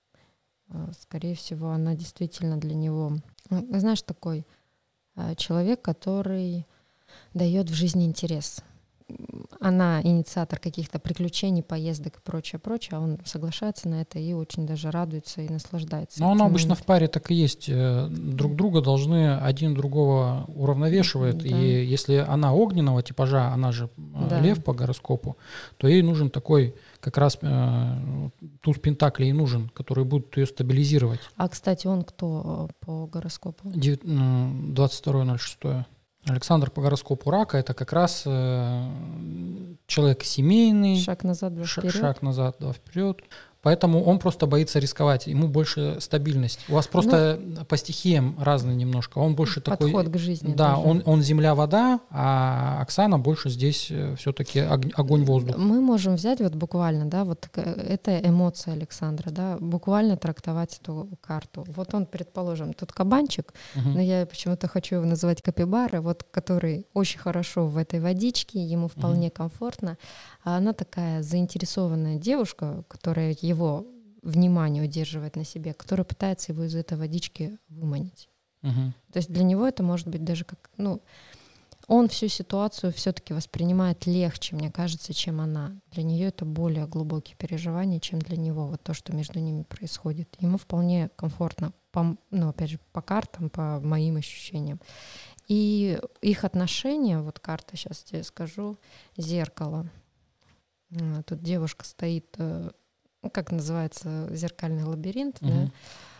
Скорее всего, она действительно для него... Знаешь, такой человек, который дает в жизни интерес. Она инициатор каких-то приключений, поездок и прочее, прочее, а он соглашается на это и очень даже радуется и наслаждается. Но оно обычно в паре так и есть. Друг друга должны один другого уравновешивать. Да. И если она огненного типажа, она же да. лев по гороскопу, то ей нужен такой как раз э, туз пентаклей и нужен, который будет ее стабилизировать. А, кстати, он кто по гороскопу? двадцать второе ноль шестое. Александр по гороскопу рака — это как раз э, человек семейный. Шаг назад, два вперед. Шаг назад, два вперед. Поэтому он просто боится рисковать. Ему больше стабильность. У вас просто ну, по стихиям разные немножко. Он больше подход такой... Подход к жизни. Да, он, он земля-вода, а Оксана больше здесь все-таки огонь-воздух. Мы можем взять вот буквально, да, вот это эмоция Александра, да, буквально трактовать эту карту. Вот он, предположим, тут кабанчик, угу. но я почему-то хочу его называть капибара, вот который очень хорошо в этой водичке, ему вполне угу. комфортно. А она такая заинтересованная девушка, которая его внимание удерживает на себе, которая пытается его из этой водички выманить. Uh-huh. То есть для него это может быть даже как... Ну, он всю ситуацию все-таки воспринимает легче, мне кажется, чем она. Для нее это более глубокие переживания, чем для него. Вот то, что между ними происходит. Ему вполне комфортно, по, ну, опять же, по картам, по моим ощущениям. И их отношения, вот карта, сейчас тебе скажу, зеркало. Тут девушка стоит как называется, зеркальный лабиринт, Угу. да?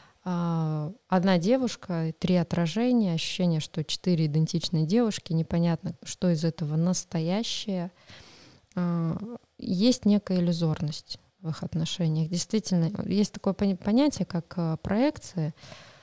А, одна девушка, три отражения, ощущение, что четыре идентичные девушки, непонятно, что из этого настоящее. А, есть некая иллюзорность в их отношениях. Действительно, есть такое понятие, как проекция,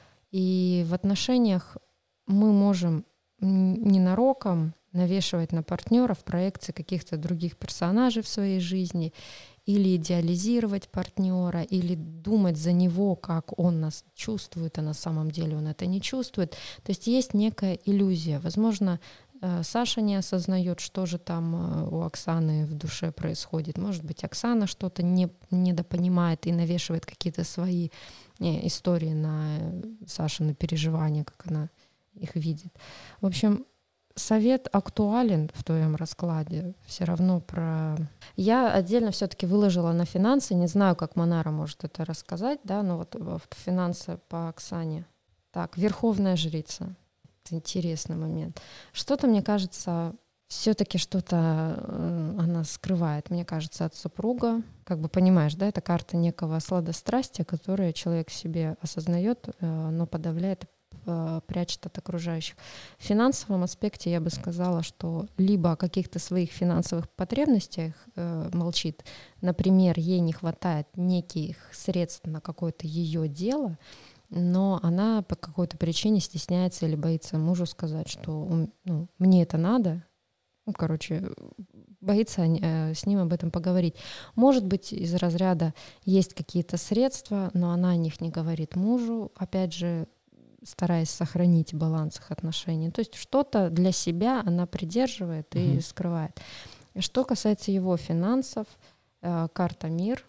и в отношениях мы можем ненароком навешивать на партнеров проекции каких-то других персонажей в своей жизни, или идеализировать партнера, или думать за него, как он нас чувствует, а на самом деле он это не чувствует. То есть есть некая иллюзия. Возможно, Саша не осознает, что же там у Оксаны в душе происходит. Может быть, Оксана что-то не, недопонимает и навешивает какие-то свои не, истории на Сашины переживания, как она их видит. В общем, совет актуален в твоем раскладе. Все равно про... Я отдельно все-таки выложила на финансы. Не знаю, как Манара может это рассказать, да, но вот, вот финансы по Оксане. Так, верховная жрица. Это интересный момент. Что-то, мне кажется, все-таки что-то она скрывает, мне кажется, от супруга. Как бы понимаешь, да, это карта некого сладострастия, которое человек в себе осознает, но подавляет, прячет от окружающих. В финансовом аспекте я бы сказала, что либо о каких-то своих финансовых потребностях э, молчит, например, ей не хватает неких средств на какое-то ее дело, но она по какой-то причине стесняется или боится мужу сказать, что ну, мне это надо, ну, короче, боится э, с ним об этом поговорить. Может быть, из разряда есть какие-то средства, но она о них не говорит мужу, опять же, стараясь сохранить баланс их отношений. То есть что-то для себя она придерживает и угу. скрывает. Что касается его финансов, э, карта «Мир».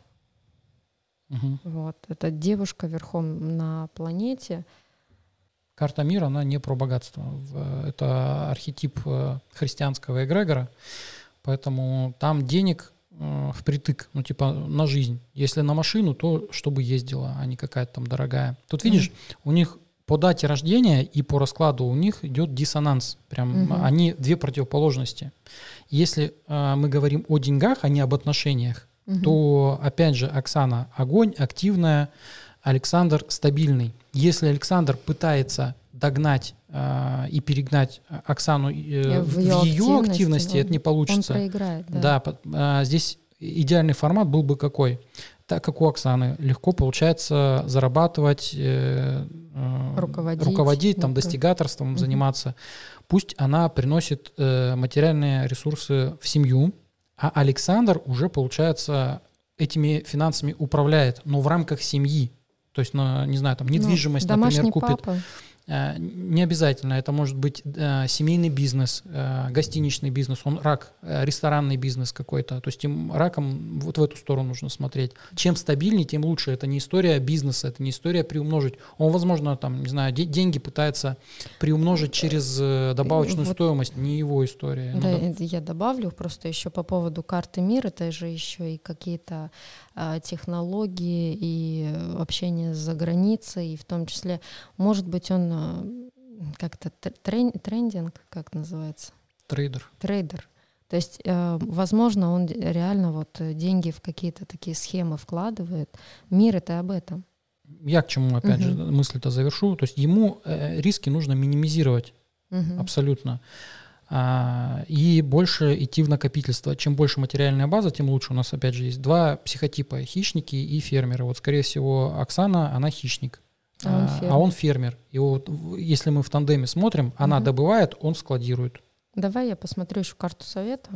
Угу. Вот, это девушка верхом на планете. Карта «Мир», она не про богатство. Это архетип христианского эгрегора, поэтому там денег э, впритык, ну типа на жизнь. Если на машину, то чтобы ездила, а не какая-то там дорогая. Тут видишь, угу. у них по дате рождения и по раскладу у них идет диссонанс. Прям угу. они две противоположности. Если э, мы говорим о деньгах, а не об отношениях, угу. то, опять же, Оксана огонь, активная, Александр стабильный. Если Александр пытается догнать э, и перегнать Оксану э, в, в ее активности, активности, он, это не получится. Он проиграет, да. Да, э, здесь идеальный формат был бы какой? Так как у Оксаны легко получается зарабатывать, э, руководить, руководить там, достигаторством, угу. заниматься. Пусть она приносит э, материальные ресурсы в семью, а Александр уже, получается, этими финансами управляет, но в рамках семьи. То есть, ну, не знаю, там недвижимость, ну, например, купит. Папа. Не обязательно, это может быть э, семейный бизнес, э, гостиничный бизнес, он рак, э, ресторанный бизнес какой-то, то есть им раком вот в эту сторону нужно смотреть. Чем стабильнее, тем лучше. Это не история бизнеса, это не история приумножить. Он, возможно, там, не знаю, де- деньги пытается приумножить через э, добавочную вот, стоимость, не его история. Да, ну, да, я добавлю просто еще по поводу карты «Мир», это же еще и какие-то э, технологии и общение за границей, и в том числе, может быть, он как-то трен, трендинг, как называется? Трейдер. Трейдер. То есть, э, возможно, он реально вот деньги в какие-то такие схемы вкладывает. Мир — это об этом. Я к чему, опять угу. же, мысль-то завершу. То есть ему э, риски нужно минимизировать угу. абсолютно. А, и больше идти в накопительство. Чем больше материальная база, тем лучше. У нас, опять же, есть два психотипа — хищники и фермеры. Вот, скорее всего, Оксана, она хищник. А он фермер. А он фермер. И вот если мы в тандеме смотрим, она угу. добывает, он складирует. Давай я посмотрю еще карту совета.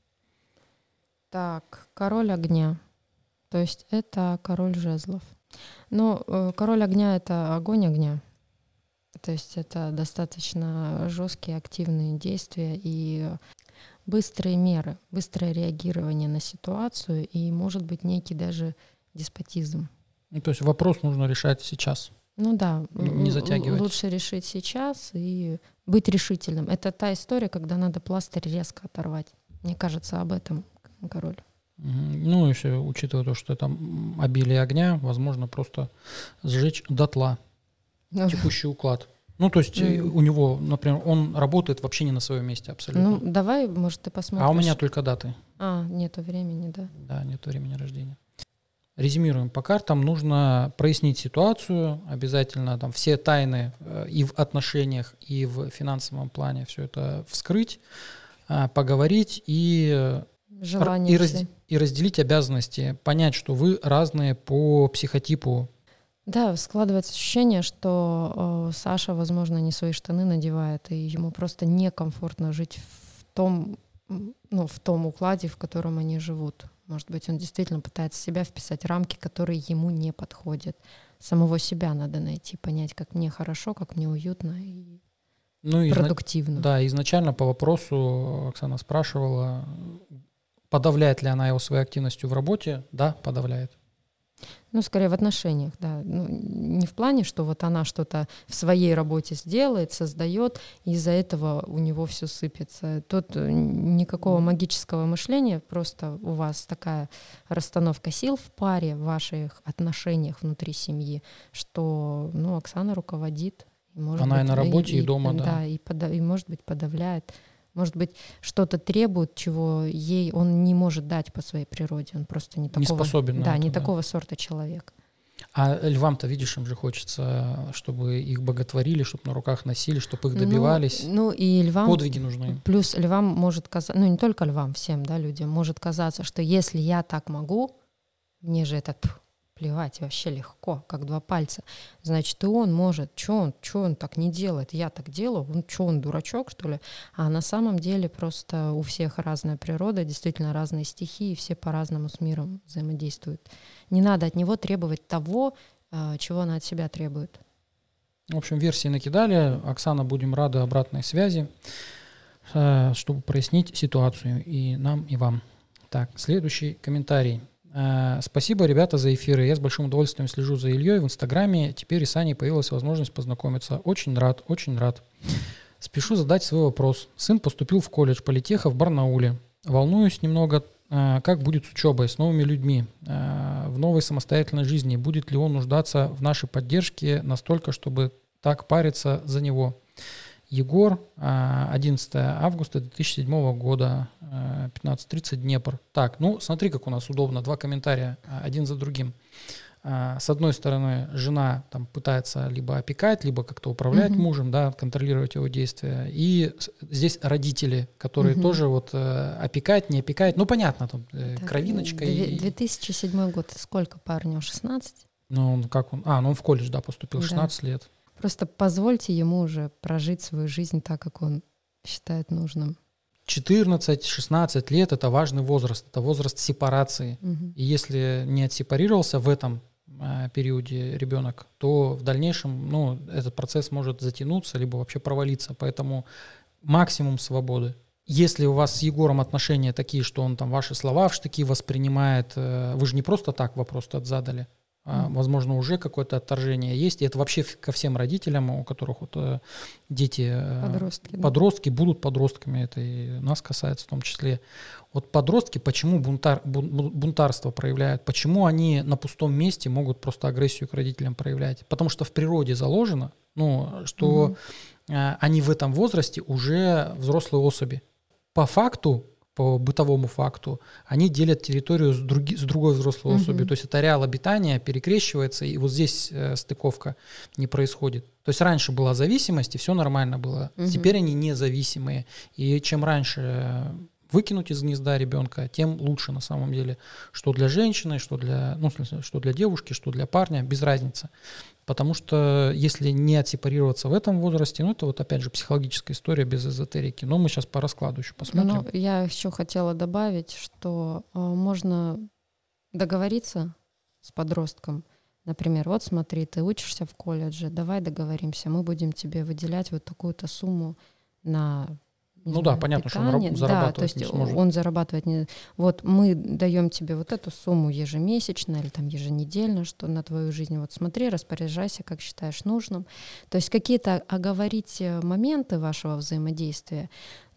Так, король огня. То есть это король жезлов. Но э, король огня — это огонь огня. То есть это достаточно жесткие активные действия и быстрые меры, быстрое реагирование на ситуацию и, может быть, некий даже деспотизм. Ну, то есть вопрос нужно решать сейчас. Ну да, не затягивать. Лучше решить сейчас и быть решительным. Это та история, когда надо пластырь резко оторвать. Мне кажется, об этом король. Ну, если учитывая то, что это обилие огня, возможно, просто сжечь дотла текущий уклад. Ну, то есть mm. у него, например, он работает вообще не на своем месте абсолютно. Ну, давай, может, ты посмотришь. А у меня только даты. А, нету времени, да? Да, нету времени рождения. резюмируем по картам. Нужно прояснить ситуацию, обязательно там все тайны э, и в отношениях, и в финансовом плане все это вскрыть, э, поговорить и, Желание и, раз, и разделить обязанности, понять, что вы разные по психотипу. Да, складывается ощущение, что э, Саша, возможно, не свои штаны надевает, и ему просто некомфортно жить в том, ну, в том укладе, в котором они живут. Может быть, он действительно пытается себя вписать в рамки, которые ему не подходят. Самого себя надо найти, понять, как мне хорошо, как мне уютно и ну, продуктивно. Изна... Да, изначально по вопросу Оксана спрашивала, подавляет ли она его своей активностью в работе. Да, подавляет. Ну, скорее в отношениях, да. Ну, не в плане, что вот она что-то в своей работе сделает, создает, и из-за этого у него все сыпется. Тут никакого магического мышления, просто у вас такая расстановка сил в паре, в ваших отношениях внутри семьи, что, ну, Оксана руководит. Может она быть, и на работе, и, и дома, да. Да, и, пода- и, может быть, подавляет. Может быть, что-то требует, чего ей он не может дать по своей природе. Он просто не такого, не способен на да, это, не да. такого сорта человек. А львам-то, видишь, им же хочется, чтобы их боготворили, чтобы на руках носили, чтобы их добивались. Ну, ну и львам... Подвиги нужны. Плюс львам может казаться, ну не только львам, всем, да, людям, может казаться, что если я так могу, мне же это... плевать, вообще легко, как два пальца. Значит, и он может. Чё он, чё он так не делает? Я так делаю. Он, чё он, дурачок, что ли? А на самом деле просто у всех разная природа, действительно разные стихии, все по-разному с миром взаимодействуют. Не надо от него требовать того, чего она от себя требует. В общем, версии накидали. Оксана, будем рады обратной связи, чтобы прояснить ситуацию и нам, и вам. Так, следующий комментарий. Спасибо, ребята, за эфиры. Я с большим удовольствием слежу за Ильей в Инстаграме. Теперь и с Аней появилась возможность познакомиться. Очень рад, очень рад. Спешу задать свой вопрос. Сын поступил в колледж политеха в Барнауле. Волнуюсь немного, как будет с учебой, с новыми людьми, в новой самостоятельной жизни. Будет ли он нуждаться в нашей поддержке настолько, чтобы так париться за него? Егор, одиннадцатое августа две тысячи седьмого года, пятнадцать тридцать, Днепр. Так, ну смотри, как у нас удобно, два комментария, один за другим. С одной стороны, жена там пытается либо опекать, либо как-то управлять mm-hmm. мужем, да, контролировать его действия. И здесь родители, которые mm-hmm. тоже вот опекать, не опекать. Ну, понятно, там так, кровиночка. две тысячи седьмой год, сколько парню? шестнадцать? Ну, как он? А, ну он в колледж, да, поступил, шестнадцать да. лет. Просто позвольте ему уже прожить свою жизнь так, как он считает нужным. четырнадцать-шестнадцать лет – это важный возраст, это возраст сепарации. Угу. И если не отсепарировался в этом э, периоде ребенок, то в дальнейшем ну, этот процесс может затянуться, либо вообще провалиться. Поэтому максимум свободы. Если у вас с Егором отношения такие, что он там ваши слова в штыки воспринимает, э, вы же не просто так вопрос-то задали. Mm-hmm. Возможно, уже какое-то отторжение есть. И это вообще ко всем родителям, у которых вот э, дети, подростки, э, подростки да. будут подростками. Это и нас касается в том числе. Вот подростки, почему бунтар, бун, бунтарство проявляют? Почему они на пустом месте могут просто агрессию к родителям проявлять? Потому что в природе заложено, ну, что mm-hmm. э, они в этом возрасте уже взрослые особи. По факту, по бытовому факту, они делят территорию с, други, с другой взрослой uh-huh. особью. То есть это ареал обитания перекрещивается, и вот здесь э, стыковка не происходит. То есть раньше была зависимость, и все нормально было. Uh-huh. Теперь они независимые. И чем раньше выкинуть из гнезда ребенка, тем лучше на самом деле. Что для женщины, что для, ну, в смысле, что для девушки, что для парня, без разницы. Потому что если не отсепарироваться в этом возрасте, ну это вот опять же психологическая история без эзотерики. Но мы сейчас по раскладу еще посмотрим. Но я еще хотела добавить, что э, можно договориться с подростком. Например, вот смотри, ты учишься в колледже, давай договоримся, мы будем тебе выделять вот такую-то сумму на... Ну да, понятно, питание. что он зарабатывать да, то есть не сможет. Он зарабатывать не... Вот мы даем тебе вот эту сумму ежемесячно или там еженедельно, что на твою жизнь. Вот смотри, распоряжайся, как считаешь нужным. То есть какие-то оговорить моменты вашего взаимодействия,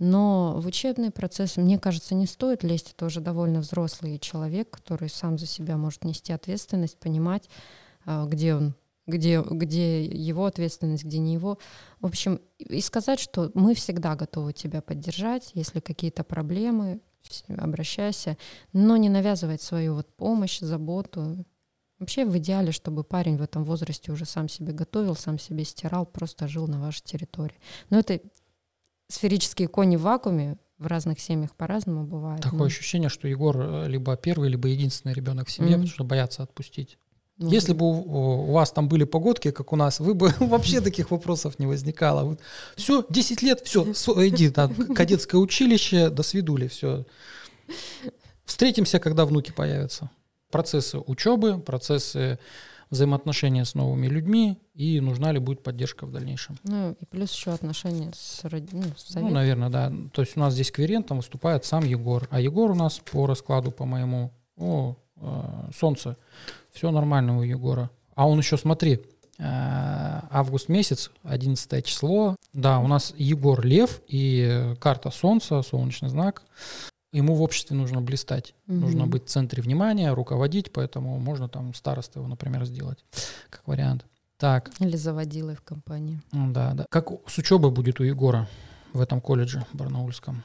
но в учебный процесс, мне кажется, не стоит лезть. Это уже довольно взрослый человек, который сам за себя может нести ответственность, понимать, где он, где, где его ответственность, где не его. В общем, и сказать, что мы всегда готовы тебя поддержать, если какие-то проблемы, обращайся, но не навязывать свою вот помощь, заботу Вообще в идеале, чтобы парень в этом возрасте уже сам себе готовил, сам себе стирал, просто жил на вашей территории. Но это сферические кони в вакууме, в разных семьях по-разному бывает. Такое но... ощущение, что Егор либо первый, либо единственный ребенок в семье, Mm. потому что боятся отпустить. Ну, Если бы у, у вас там были погодки, как у нас, вы бы вообще таких вопросов не возникало. Вот, все, десять лет, все, иди там, кадетское училище, до свидули, все. Встретимся, когда внуки появятся. Процессы учебы, процессы взаимоотношения с новыми людьми, и нужна ли будет поддержка в дальнейшем. Ну, и плюс еще отношения с, ну, с Ну, наверное, да. То есть у нас здесь кверентом выступает сам Егор. А Егор у нас по раскладу, по моему, о, э, солнце. Все нормально у Егора. А он еще, смотри, э, август месяц, одиннадцатое число. Да, у нас Егор Лев и карта солнца, солнечный знак. Ему в обществе нужно блистать, mm-hmm. нужно быть в центре внимания, руководить, поэтому можно там староста его, например, сделать, как вариант. Так. Или заводилой в компании. Да, да. Как с учебой будет у Егора в этом колледже барнаульском?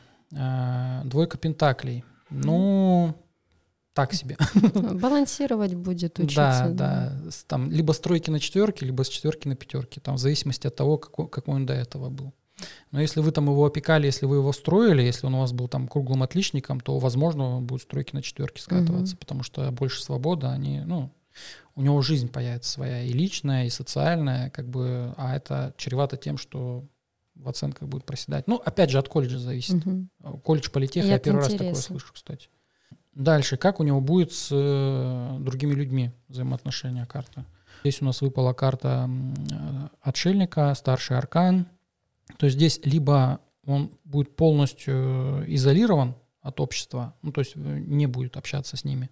А, двойка пентаклей. Ну, так себе. Балансировать будет, учиться. Да, да. Там либо с тройки на четверки, либо с четверки на пятерки, там в зависимости от того, какой, какой он до этого был. Но если вы там его опекали, если вы его строили, если он у вас был там круглым отличником, то, возможно, он будет с тройки на четверки скатываться, угу. потому что больше свободы, они, ну, у него жизнь появится своя, и личная, и социальная, как бы, а это чревато тем, что в оценках будет проседать. Ну, опять же, от колледжа зависит. Угу. Колледж политеха, я первый интересно. раз такое слышу, кстати. Дальше, как у него будет с э, другими людьми взаимоотношения карты? Здесь у нас выпала карта э, отшельника, старший аркан. То есть здесь либо он будет полностью изолирован от общества, ну, то есть не будет общаться с ними.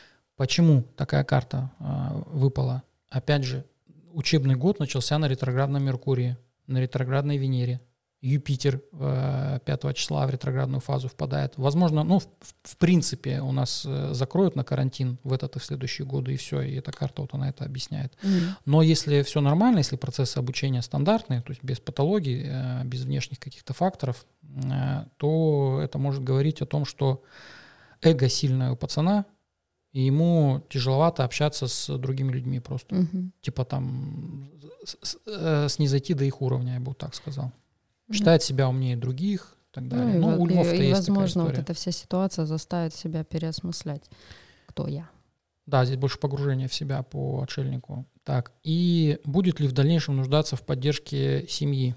Почему такая карта э, выпала? Опять же, учебный год начался на ретроградном Меркурии, на ретроградной Венере. Юпитер э, пятого числа в ретроградную фазу впадает. Возможно, ну, в, в принципе, у нас э, закроют на карантин в этот и в следующие годы, и все, и эта карта вот она это объясняет. Mm-hmm. Но если все нормально, если процессы обучения стандартные, то есть без патологий, э, без внешних каких-то факторов, э, то это может говорить о том, что эго сильное у пацана, и ему тяжеловато общаться с другими людьми просто. Mm-hmm. Типа там с, с, снизойти до их уровня, я бы так сказал. Считает себя умнее других и так далее. Ну, ну, и, у Львов-то и, и есть возможно, такая вот эта вся ситуация заставит себя переосмыслять, кто я. Да, здесь больше погружения в себя по отшельнику. Так, и будет ли в дальнейшем нуждаться в поддержке семьи?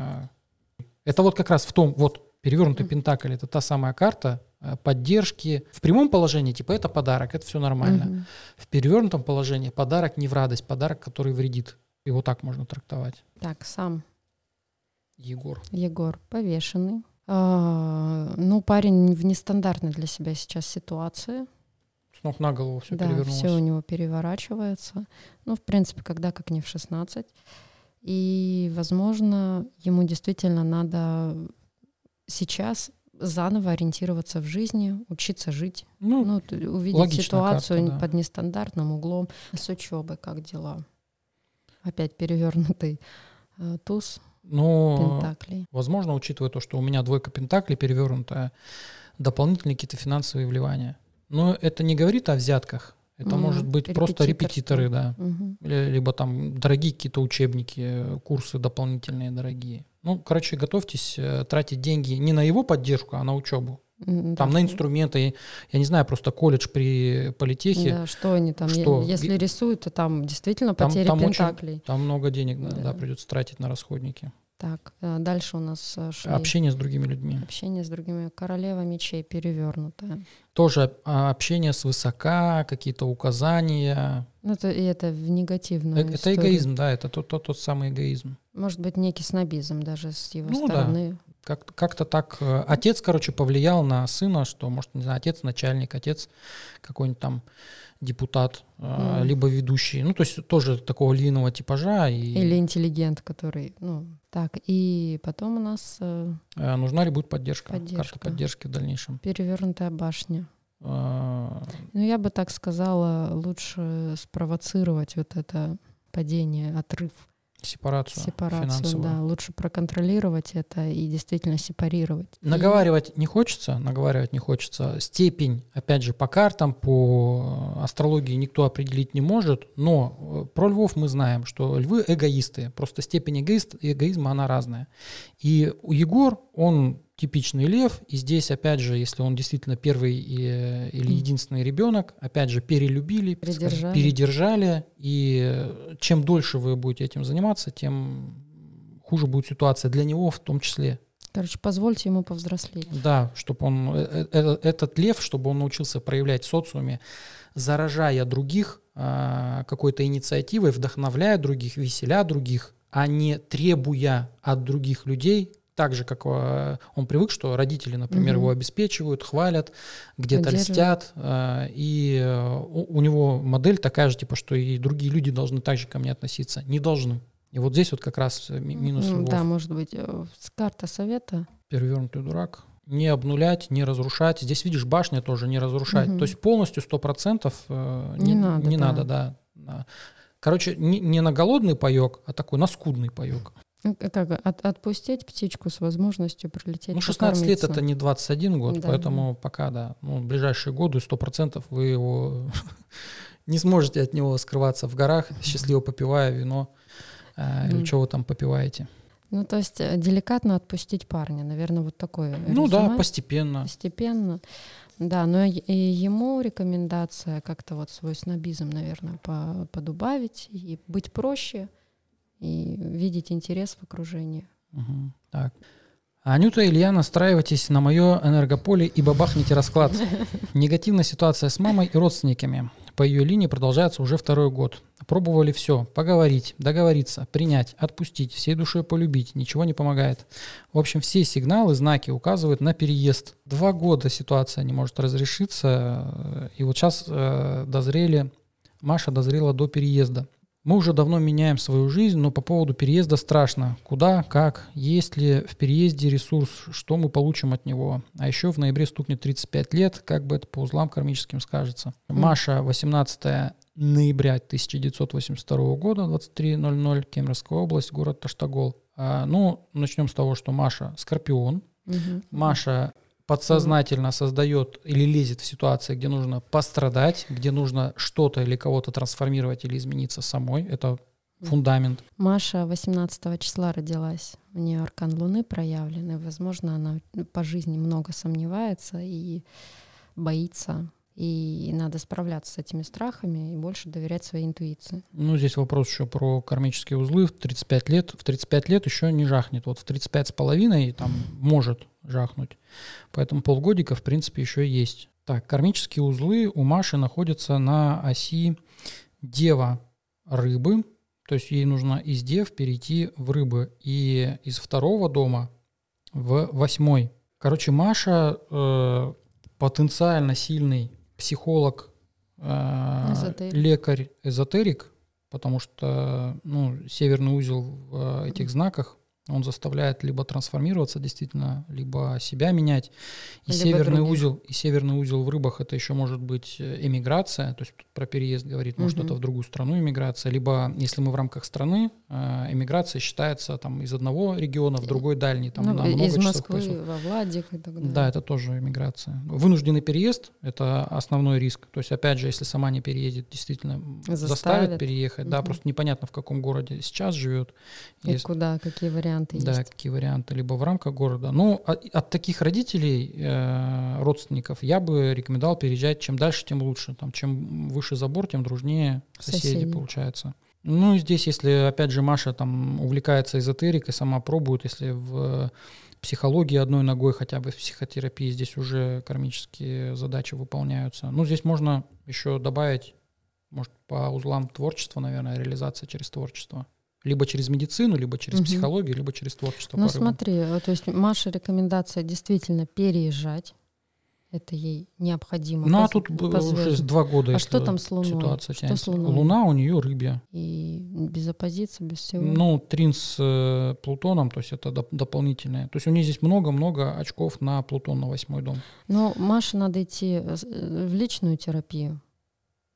Это вот как раз в том, вот перевернутый mm-hmm. пентакль, это та самая карта поддержки. В прямом положении, типа, это подарок, это все нормально. Mm-hmm. В перевернутом положении подарок не в радость, подарок, который вредит. Его так можно трактовать. Так, сам. Егор. Егор, повешенный. А, ну, парень в нестандартной для себя сейчас ситуации. С ног на голову все да, перевернулось. Да, все у него переворачивается. Ну, в принципе, когда как не в шестнадцать. И, возможно, ему действительно надо сейчас заново ориентироваться в жизни, учиться жить. Ну, ну увидеть ситуацию карта, да. под нестандартным углом. С учебой как дела? Опять перевернутый э, туз. Но, пентаклей. Возможно, учитывая то, что у меня двойка пентаклей перевернутая, дополнительные какие-то финансовые вливания. Но это не говорит о взятках. Это mm-hmm. может быть просто репетиторы, да. Mm-hmm. Либо там дорогие какие-то учебники, курсы дополнительные дорогие. Ну, короче, готовьтесь тратить деньги не на его поддержку, а на учебу. Mm-hmm. Там да. на инструменты. Я не знаю, просто колледж при политехе. Да, что они там, что? Если рисуют, то там действительно там, потери там пентаклей. Очень, там много денег да, да. Да, придется тратить на расходники. Так, дальше у нас шли... Общение с другими людьми. Общение с другими. Королева мечей перевернутая. Тоже общение свысока, какие-то указания. Ну, это, и это в негативную Это историю. эгоизм, да, это тот, тот, тот самый эгоизм. Может быть, некий снобизм даже с его ну, стороны. Да. Как, как-то так. Отец, короче, повлиял на сына, что, может, не знаю, отец начальник, отец какой-нибудь там депутат, mm. либо ведущий. Ну, то есть тоже такого львиного типажа. И... Или интеллигент, который... ну Так, и потом у нас... Нужна ли будет поддержка? поддержка. Карта поддержки в дальнейшем. Перевернутая башня. А... Ну, я бы так сказала, лучше спровоцировать вот это падение, отрыв. Сепарацию, Сепарацию, финансовую. да. Лучше проконтролировать это и действительно сепарировать. Наговаривать и... не хочется, наговаривать не хочется. Степень, опять же, по картам, по астрологии никто определить не может, но про львов мы знаем, что львы эгоисты, просто степень эгоист, эгоизма, она разная. И Егор, он типичный лев, и здесь, опять же, если он действительно первый и, или единственный ребенок, опять же, перелюбили, передержали. Скажем, передержали, и чем дольше вы будете этим заниматься, тем хуже будет ситуация для него в том числе. Короче, позвольте ему повзрослеть. Да, чтобы он, этот лев, чтобы он научился проявлять в социуме, заражая других какой-то инициативой, вдохновляя других, веселя других, а не требуя от других людей, так же, как он привык, что родители, например, угу. его обеспечивают, хвалят, где-то льстят, и у него модель такая же, типа, что и другие люди должны так же ко мне относиться. Не должны. И вот здесь вот как раз минус львов. Да, может быть, карта совета. Перевернутый дурак. Не обнулять, не разрушать. Здесь, видишь, башня тоже не разрушать. Угу. То есть полностью сто процентов не, не надо, не да. надо, да. Короче, не, не на голодный паёк, а такой на скудный паёк. Как от, отпустить птичку с возможностью прилететь. Ну, шестнадцать лет это не двадцать один год, да, поэтому да. пока, да, ну, в ближайшие годы сто процентов вы его не сможете от него скрываться в горах, счастливо попивая вино э, или что вы там попиваете. Ну, то есть деликатно отпустить парня, наверное, вот такое. Ну резюме. Да, постепенно. Постепенно. Да, но и ему рекомендация как-то вот свой снобизм, наверное, подубавить и быть проще, и видеть интерес в окружении. Угу. Так. Анюта и Илья, настраивайтесь на мое энергополе и бабахните расклад. Негативная ситуация с мамой и родственниками. По ее линии продолжается уже второй год. Пробовали все. Поговорить, договориться, принять, отпустить, всей душой полюбить. Ничего не помогает. В общем, все сигналы, знаки указывают на переезд. Два года ситуация не может разрешиться. И вот сейчас э, дозрели, Маша дозрела до переезда. Мы уже давно меняем свою жизнь, но по поводу переезда страшно. Куда, как, есть ли в переезде ресурс, что мы получим от него. А еще в ноябре стукнет тридцать пять лет, как бы это по узлам кармическим скажется. Mm. Маша, восемнадцатого ноября тысяча девятьсот восемьдесят второго года, двадцать три ноль ноль, Кемеровская область, город Таштагол. А, ну, начнем с того, что Маша скорпион. Mm-hmm. Маша подсознательно создает или лезет в ситуации, где нужно пострадать, где нужно что-то или кого-то трансформировать или измениться самой. Это фундамент. Маша восемнадцатого числа родилась. У нее аркан Луны проявлен. И, возможно, она по жизни много сомневается и боится. И надо справляться с этими страхами и больше доверять своей интуиции. Ну, здесь вопрос еще про кармические узлы. В тридцать пять лет, в тридцать пять лет еще не жахнет. Вот в тридцать пять с половиной там может жахнуть. Поэтому полгодика, в принципе, еще есть. Так, кармические узлы у Маши находятся на оси Дева-Рыбы. То есть ей нужно из Дев перейти в Рыбы. И из второго дома в восьмой. Короче, Маша э, потенциально сильный психолог, э, эзотерик. лекарь, эзотерик, потому что ну, северный узел в этих знаках, он заставляет либо трансформироваться действительно, либо себя менять. И северный узел, и северный узел в Рыбах — это еще может быть эмиграция, то есть тут про переезд говорит, может, угу. это в другую страну эмиграция, либо если мы в рамках страны, эмиграция считается там из одного региона в другой дальний, там ну, на много из часов Москвы поясов. Во Владик и так далее. Да, это тоже эмиграция. Вынужденный переезд — это основной риск. То есть, опять же, если сама не переедет, действительно заставят, заставят переехать. Угу. Да, просто непонятно, в каком городе сейчас живет. И есть... куда, какие варианты есть. Да, какие варианты, либо в рамках города. Ну, от, от таких родителей, э, родственников, я бы рекомендовал переезжать. Чем дальше, тем лучше. Там, чем выше забор, тем дружнее соседи, соседи. Получается. Ну, и здесь, если, опять же, Маша там увлекается эзотерикой, сама пробует, если в психологии одной ногой, хотя бы в психотерапии, здесь уже кармические задачи выполняются. Ну, здесь можно еще добавить, может, по узлам творчества, наверное, реализация через творчество. Либо через медицину, либо через угу. психологию, либо через творчество. Ну смотри, то есть Маше рекомендация действительно переезжать. Это ей необходимо. Ну а тут уже два года. А что там с Луной? Ситуация что с Луной? Луна у нее рыбья. И без оппозиции, без всего? Ну, трин с э, Плутоном, то есть это доп- дополнительное. То есть у нее здесь много-много очков на Плутон, на восьмой дом. Ну, Маше надо идти в личную терапию.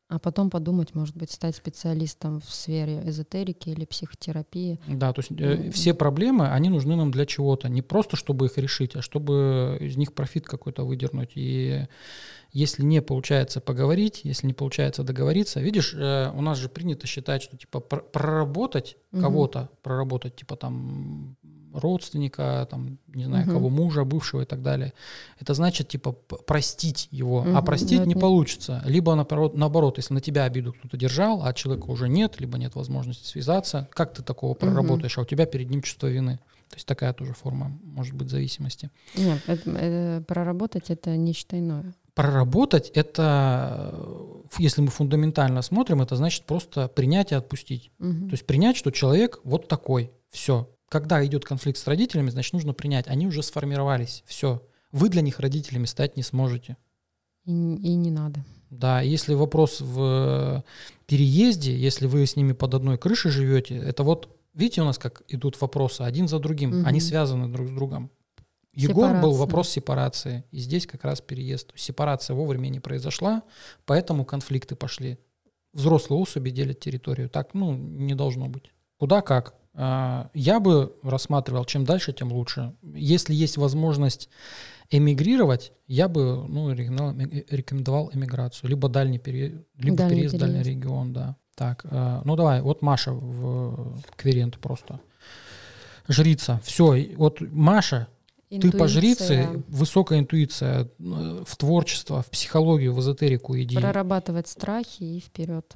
А потом подумать, может быть, стать специалистом в сфере эзотерики или психотерапии. Да, то есть э, все проблемы, они нужны нам для чего-то. Не просто, чтобы их решить, а чтобы из них профит какой-то выдернуть. И если не получается поговорить, если не получается договориться, видишь, э, у нас же принято считать, что типа пр- проработать угу. кого-то, проработать типа там родственника, там, не знаю, угу. кого, мужа, бывшего и так далее. Это значит, типа, простить его. Угу. А простить не получится. Либо, наоборот, наоборот, если на тебя обиду кто-то держал, а человека уже нет, либо нет возможности связаться, как ты такого проработаешь, угу. а у тебя перед ним чувство вины. То есть такая тоже форма, может быть, зависимости. Нет, это, это, проработать — это нечто иное. Проработать — это, если мы фундаментально смотрим, это значит просто принять и отпустить. Угу. То есть принять, что человек вот такой, все. Когда идет конфликт с родителями, значит, нужно принять. Они уже сформировались, все. Вы для них родителями стать не сможете. И, и не надо. Да, если вопрос в переезде, если вы с ними под одной крышей живете, это вот, видите, у нас как идут вопросы один за другим, угу. они связаны друг с другом. Егор Сепарация. Был вопрос сепарации, и здесь как раз переезд. Сепарация вовремя не произошла, поэтому конфликты пошли. Взрослые особи делят территорию. Так, ну, не должно быть. Куда как? Я бы рассматривал, чем дальше, тем лучше. Если есть возможность эмигрировать, я бы ну, рекомендовал эмиграцию. Либо дальний переезд, либо дальний переезд в дальний регион. Да. Так, ну давай, вот Маша в Кверент просто. Жрица. Все, вот Маша, интуиция. Ты по жрице, высокая интуиция в творчество, в психологию, в эзотерику иди. Прорабатывать страхи и вперед.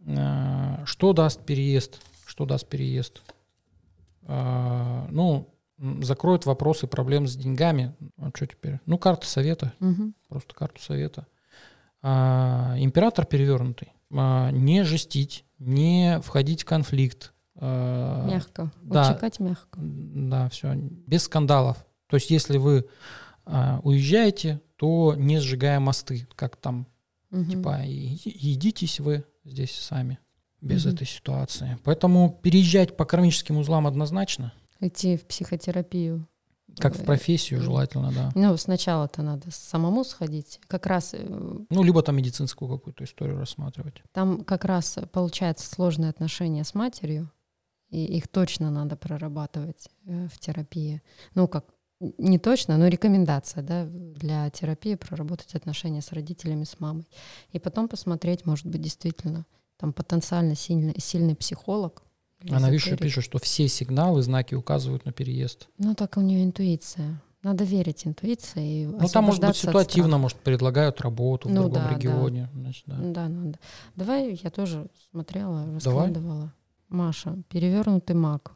Что даст переезд? Что даст переезд? Uh, ну, закроет вопросы проблем с деньгами. А что теперь? Ну, карта совета. Угу. Просто карту совета. Uh, император перевернутый. Uh, не жестить, не входить в конфликт. Uh, мягко. Да, Учекать мягко. Да, все. Без скандалов. То есть, если вы uh, уезжаете, то не сжигая мосты, как там, угу. типа, и, и идитесь вы здесь сами. Без угу. этой ситуации. Поэтому переезжать по кармическим узлам однозначно. Идти в психотерапию. Как в профессию желательно, да. Ну, сначала-то надо самому сходить. Как раз... Ну, либо там медицинскую какую-то историю рассматривать. Там как раз получается сложные отношения с матерью, и их точно надо прорабатывать в терапии. Ну, как не точно, но рекомендация, да, для терапии проработать отношения с родителями, с мамой. И потом посмотреть, может быть, действительно... Там потенциально сильный, сильный психолог. Она, видишь, пишет, что все сигналы, знаки указывают на переезд. Ну, так у нее интуиция. Надо верить интуиции. Ну, там, может быть, ситуативно, может, предлагают работу в ну, другом да, регионе. Да. Значит, да. да, надо. Давай, я тоже смотрела, раскладывала. Давай. Маша, перевернутый маг.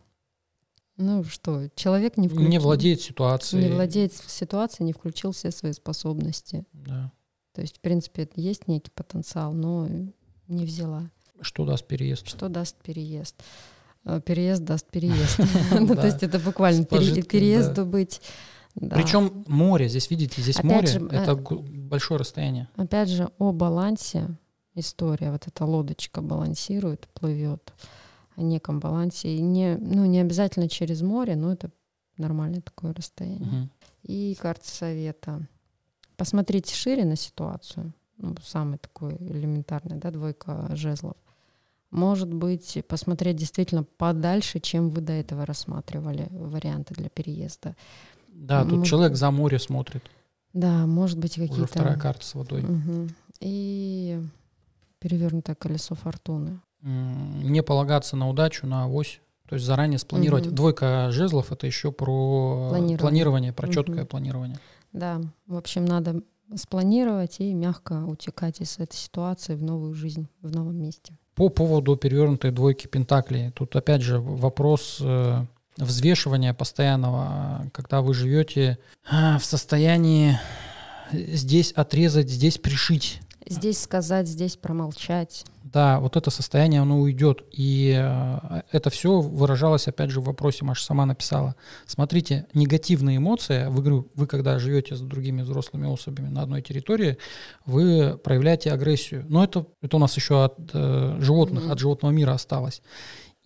Ну что, человек не включил. Не владеет ситуацией. Не владеет ситуацией, не включил все свои способности. Да. То есть, в принципе, есть некий потенциал, но не взяла. Что даст переезд? Что даст переезд? Переезд даст переезд. Ну, то есть это буквально переезду быть. Причем море, здесь, видите, здесь море, это большое расстояние. Опять же, о балансе история. Вот эта лодочка балансирует, плывет о неком балансе. И не, ну, не обязательно через море, но это нормальное такое расстояние. И карта совета. Посмотрите шире на ситуацию. Ну, самый такой элементарный, да, двойка жезлов. Может быть, посмотреть действительно подальше, чем вы до этого рассматривали варианты для переезда. Да, тут может... человек за море смотрит. Да, может быть, какие-то... Уже вторая карта с водой. Угу. И перевернутое колесо фортуны. Не полагаться на удачу, на авось. То есть заранее спланировать. Угу. Двойка жезлов — это еще про планирование, планирование про четкое угу. планирование. Да, в общем, надо... спланировать и мягко утекать из этой ситуации в новую жизнь, в новом месте. По поводу перевернутой двойки пентаклей. Тут опять же вопрос э, взвешивания постоянного, когда вы живете э, в состоянии здесь отрезать, здесь пришить. Здесь сказать, здесь промолчать. Да, вот это состояние, оно уйдет. И э, это все выражалось, опять же, в вопросе, Маша сама написала. Смотрите, негативные эмоции, вы, говорю, вы когда живете с другими взрослыми особями на одной территории, вы проявляете агрессию. Но это, это у нас еще от э, животных, mm-hmm. от животного мира осталось.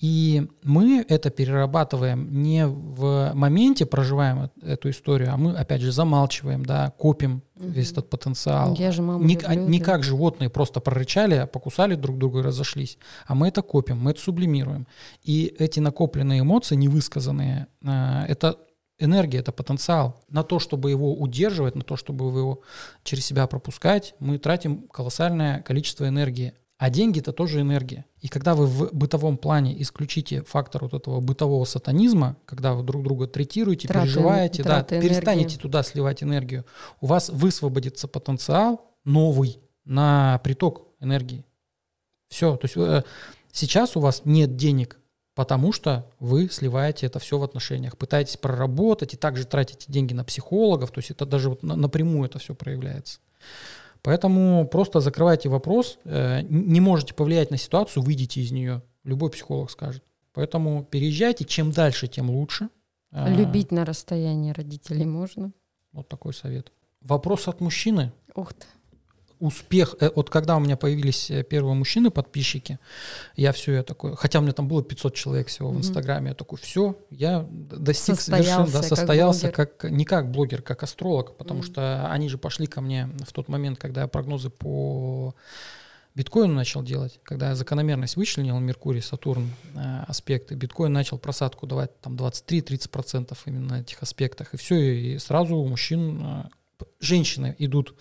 И мы это перерабатываем не в моменте, проживаем эту историю, а мы, опять же, замалчиваем, да, копим угу. весь этот потенциал. Я же маму не, люблю, не да. как животные просто прорычали, покусали друг друга и разошлись, а мы это копим, мы это сублимируем. И эти накопленные эмоции, невысказанные, это энергия, это потенциал. На то, чтобы его удерживать, на то, чтобы его через себя пропускать, мы тратим колоссальное количество энергии. А деньги — это тоже энергия. И когда вы в бытовом плане исключите фактор вот этого бытового сатанизма, когда вы друг друга третируете, траты, переживаете, да, перестанете туда сливать энергию, у вас высвободится потенциал новый на приток энергии. Все. То есть э, сейчас у вас нет денег, потому что вы сливаете это все в отношениях, пытаетесь проработать и также тратите деньги на психологов, то есть это даже вот напрямую это все проявляется. Поэтому просто закрывайте вопрос, не можете повлиять на ситуацию, выйдите из нее. Любой психолог скажет. Поэтому переезжайте, чем дальше, тем лучше. Любить на расстоянии родителей можно. Вот такой совет. Вопрос от мужчины. Ух ты. Успех, вот когда у меня появились первые мужчины-подписчики, я все, я такой, хотя у меня там было пятьсот человек всего в Инстаграме, я такой, все, я достиг совершенно, да, состоялся как, как не как блогер, как астролог, потому mm. что они же пошли ко мне в тот момент, когда я прогнозы по биткоину начал делать, когда я закономерность вычленил, Меркурий, Сатурн, э, аспекты, биткоин начал просадку давать там двадцать три - тридцать процентов именно на этих аспектах, и все, и сразу у мужчин, э, женщины идут,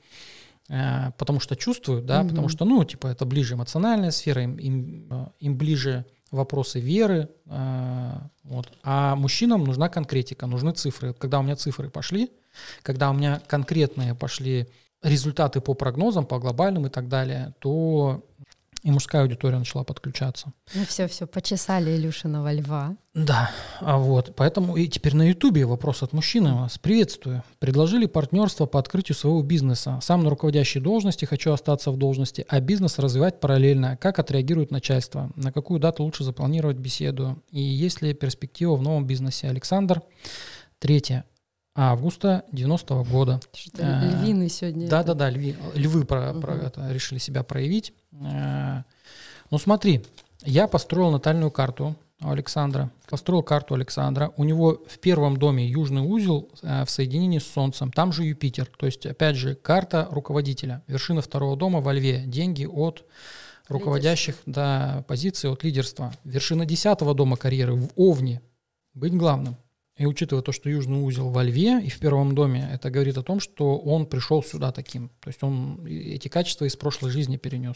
потому что чувствуют, да, mm-hmm. потому что, ну, типа, это ближе эмоциональная сфера, им, им, им ближе вопросы веры, э, вот. А мужчинам нужна конкретика, нужны цифры. Когда у меня цифры пошли, когда у меня конкретные пошли результаты по прогнозам, по глобальным и так далее, то и мужская аудитория начала подключаться. Ну все, все, почесали Илюшиного льва. Да, а вот, поэтому и теперь на Ютубе вопрос от мужчины у нас. Приветствую. Предложили партнерство по открытию своего бизнеса. Сам на руководящей должности, хочу остаться в должности, а бизнес развивать параллельно. Как отреагирует начальство? На какую дату лучше запланировать беседу? И есть ли перспектива в новом бизнесе? Александр. третье августа девяностого года. Что-то а, львины сегодня. Да-да-да, льви, львы про, угу. про это, решили себя проявить. А, ну смотри, я построил натальную карту Александра. Построил карту Александра. У него в первом доме южный узел а, в соединении с Солнцем. Там же Юпитер. То есть, опять же, карта руководителя. Вершина второго дома во Льве. Деньги от руководящих до позиций, от лидерства. Вершина десятого дома карьеры в Овне. Быть главным. И учитывая то, что южный узел во Льве и в первом доме, это говорит о том, что он пришел сюда таким. То есть он эти качества из прошлой жизни перенес.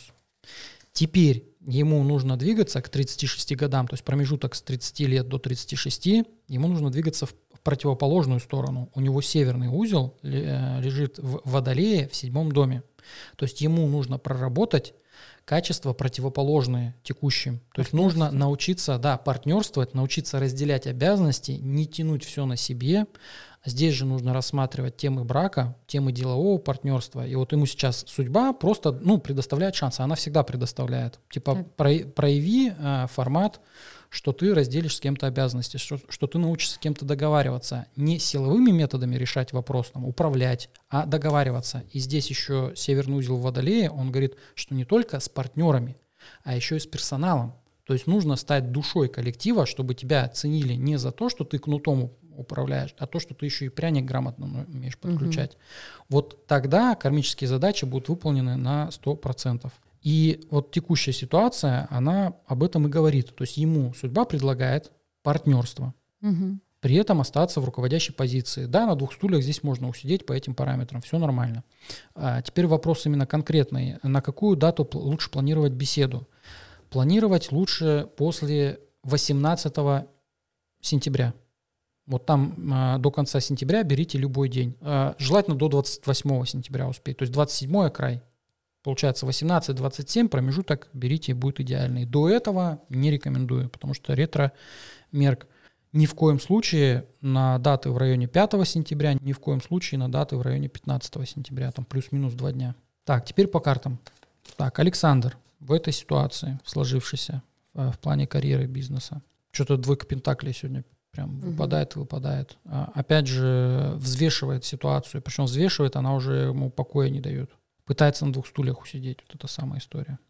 Теперь ему нужно двигаться к тридцати шести годам, то есть промежуток с тридцати лет до тридцати шести, ему нужно двигаться в противоположную сторону. У него северный узел лежит в Водолее в седьмом доме. То есть ему нужно проработать качества противоположные текущим. То есть нужно научиться, да, партнерствовать, научиться разделять обязанности, не тянуть все на себе. Здесь же нужно рассматривать темы брака, темы делового партнерства. И вот ему сейчас судьба просто, ну, предоставляет шансы. Она всегда предоставляет. Типа про, прояви э, формат, что ты разделишь с кем-то обязанности, что, что ты научишься с кем-то договариваться. Не силовыми методами решать вопрос, там, управлять, а договариваться. И здесь еще северный узел в Водолее, он говорит, что не только с партнерами, а еще и с персоналом. То есть нужно стать душой коллектива, чтобы тебя ценили не за то, что ты кнутом управляешь, а то, что ты еще и пряник грамотно умеешь подключать. Угу. Вот тогда кармические задачи будут выполнены на сто процентов. И вот текущая ситуация, она об этом и говорит. То есть ему судьба предлагает партнерство, угу. при этом остаться в руководящей позиции. Да, на двух стульях здесь можно усидеть по этим параметрам, все нормально. А теперь вопрос именно конкретный. На какую дату лучше планировать беседу? Планировать лучше после восемнадцатого сентября. Вот там э, до конца сентября берите любой день. Э, желательно до двадцать восьмого сентября успеть. То есть двадцать седьмой край. Получается восемнадцать двадцать семь промежуток берите, будет идеальный. До этого не рекомендую, потому что ретро-мерк. Ни в коем случае на даты в районе пятого сентября, ни в коем случае на даты в районе пятнадцатого сентября, там плюс-минус два дня. Так, теперь по картам. Так, Александр, в этой ситуации, сложившейся в, в плане карьеры, бизнеса, что-то двойка пентаклей сегодня прям угу. выпадает и выпадает. А, опять же, взвешивает ситуацию, причем взвешивает, она уже ему покоя не дает. Пытается на двух стульях усидеть, вот эта самая история.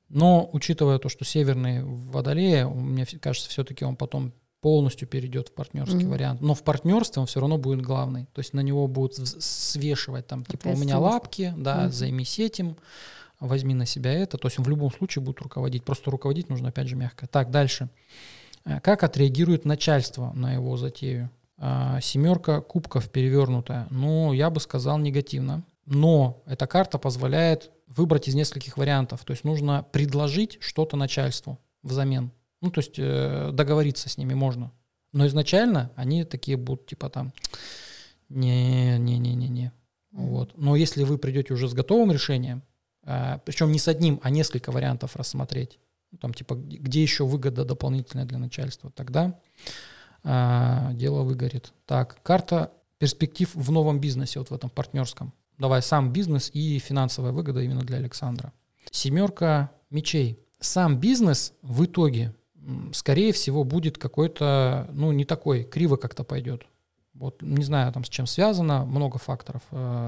Но учитывая то, что северный в Водолее, мне кажется, все-таки он потом полностью перейдет в партнерский mm-hmm. вариант. Но в партнерстве он все равно будет главный. То есть на него будут свешивать там, типа, у меня лапки, да, mm-hmm. займись этим, возьми на себя это. То есть он в любом случае будет руководить. Просто руководить нужно, опять же, мягко. Так, дальше. Как отреагирует начальство на его затею? Семерка кубков перевернутая. Ну, я бы сказал негативно. Но эта карта позволяет выбрать из нескольких вариантов. То есть нужно предложить что-то начальству взамен. Ну, то есть э, договориться с ними можно. Но изначально они такие будут типа там не-не-не-не-не. Mm-hmm. Вот. Но если вы придете уже с готовым решением, э, причем не с одним, а несколько вариантов рассмотреть, ну, там типа где еще выгода дополнительная для начальства, тогда э, дело выгорит. Так, карта перспектив в новом бизнесе, вот в этом партнерском. Давай сам бизнес и финансовая выгода именно для Александра. Семерка мечей. Сам бизнес в итоге, скорее всего, будет какой-то, ну, не такой, криво как-то пойдет. Вот, не знаю, там, с чем связано, много факторов.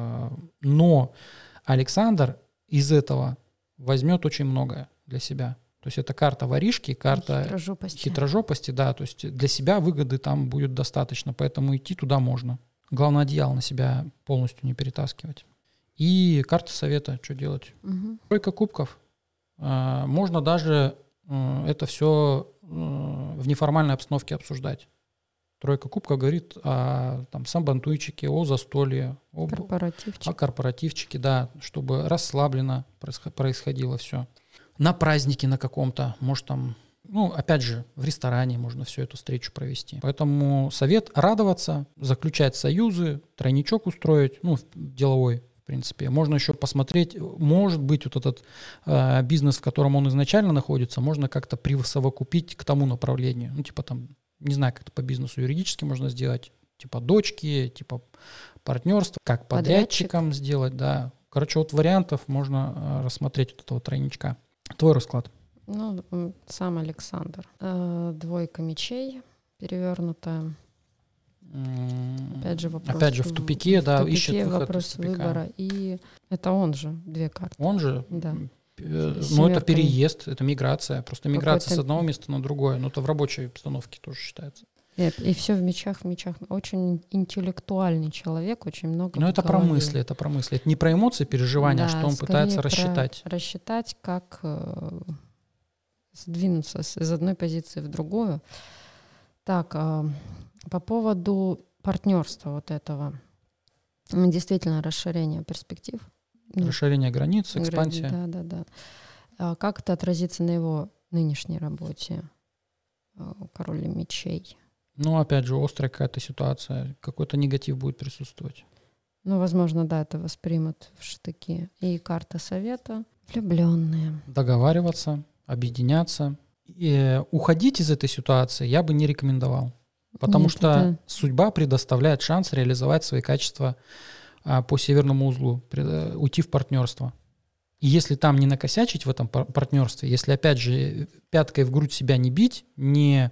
Но Александр из этого возьмет очень многое для себя. То есть это карта воришки, карта хитрожопости. хитрожопости, да, то есть для себя выгоды там будет достаточно, поэтому идти туда можно. Главное, одеяло на себя полностью не перетаскивать. И карта совета, что делать. Угу. Тройка кубков. Можно даже это все в неформальной обстановке обсуждать. Тройка кубков говорит о там, самбантуйчике, о застолье, об, о корпоративчике, да, чтобы расслабленно происходило все. На празднике на каком-то, может там, ну, опять же, в ресторане можно всю эту встречу провести. Поэтому совет радоваться, заключать союзы, тройничок устроить, ну, деловой, в принципе. Можно еще посмотреть, может быть, вот этот э, бизнес, в котором он изначально находится, можно как-то присовокупить к тому направлению. Ну, типа там, не знаю, как это по бизнесу юридически можно сделать, типа дочки, типа партнерство, как подрядчиком Подрядчик. сделать, да. Короче, вот вариантов можно э, рассмотреть вот этого тройничка. Твой расклад. Ну, сам Александр. Э, двойка мечей перевернутая. Mm, опять же вопрос. Опять же в тупике, в, да, в тупике ищет выход вопрос из тупика. Выбора. И это он же, две карты. Он же? Да. Ну, это переезд, это миграция. Просто миграция Какой-то... с одного места на другое. Но это в рабочей обстановке тоже считается. И, и все в мечах, в мечах. Очень интеллектуальный человек, очень много. Ну, это про мысли, это про мысли. Это не про эмоции, переживания, да, что он пытается рассчитать. Рассчитать, как э, сдвинуться с, из одной позиции в другую. Так, э, по поводу партнерства вот этого. Действительно, расширение перспектив. Расширение границ, экспансия. Да, да, да. А как это отразится на его нынешней работе? Король мечей. Ну, опять же, острая какая-то ситуация, какой-то негатив будет присутствовать. Ну, возможно, да, это воспримут в штыки. И карта совета. Влюбленные. Договариваться, объединяться. И уходить из этой ситуации я бы не рекомендовал. Потому Нет, что это... судьба предоставляет шанс реализовать свои качества а, по северному узлу, пред, уйти в партнерство. И если там не накосячить в этом партнерстве, если, опять же, пяткой в грудь себя не бить, не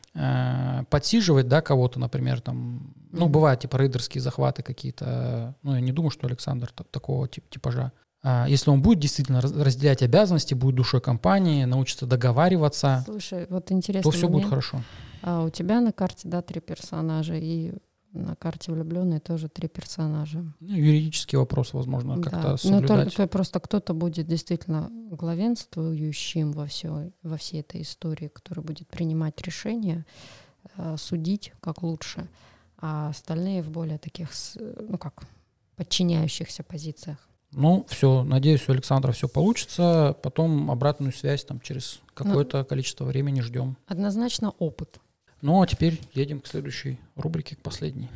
э, подсиживать, да, кого-то, например, там, mm-hmm. ну, бывают, типа, рейдерские захваты какие-то, ну, я не думаю, что Александр такого тип, типажа. А если он будет действительно разделять обязанности, будет душой компании, научится договариваться, Слушай, вот интересно, то все будет хорошо. А у тебя на карте, да, три персонажа, и на карте влюбленные тоже три персонажа. Ну, юридический вопрос, возможно, да. как-то соблюдать. Но только просто кто-то будет действительно главенствующим во, всей, во всей этой истории, который будет принимать решения, судить как лучше, а остальные в более таких, ну как, подчиняющихся позициях. Ну, все, надеюсь, у Александра все получится. Потом обратную связь там через какое-то ну, количество времени ждем. Однозначно опыт. Ну, а теперь едем к следующей рубрике, к последней.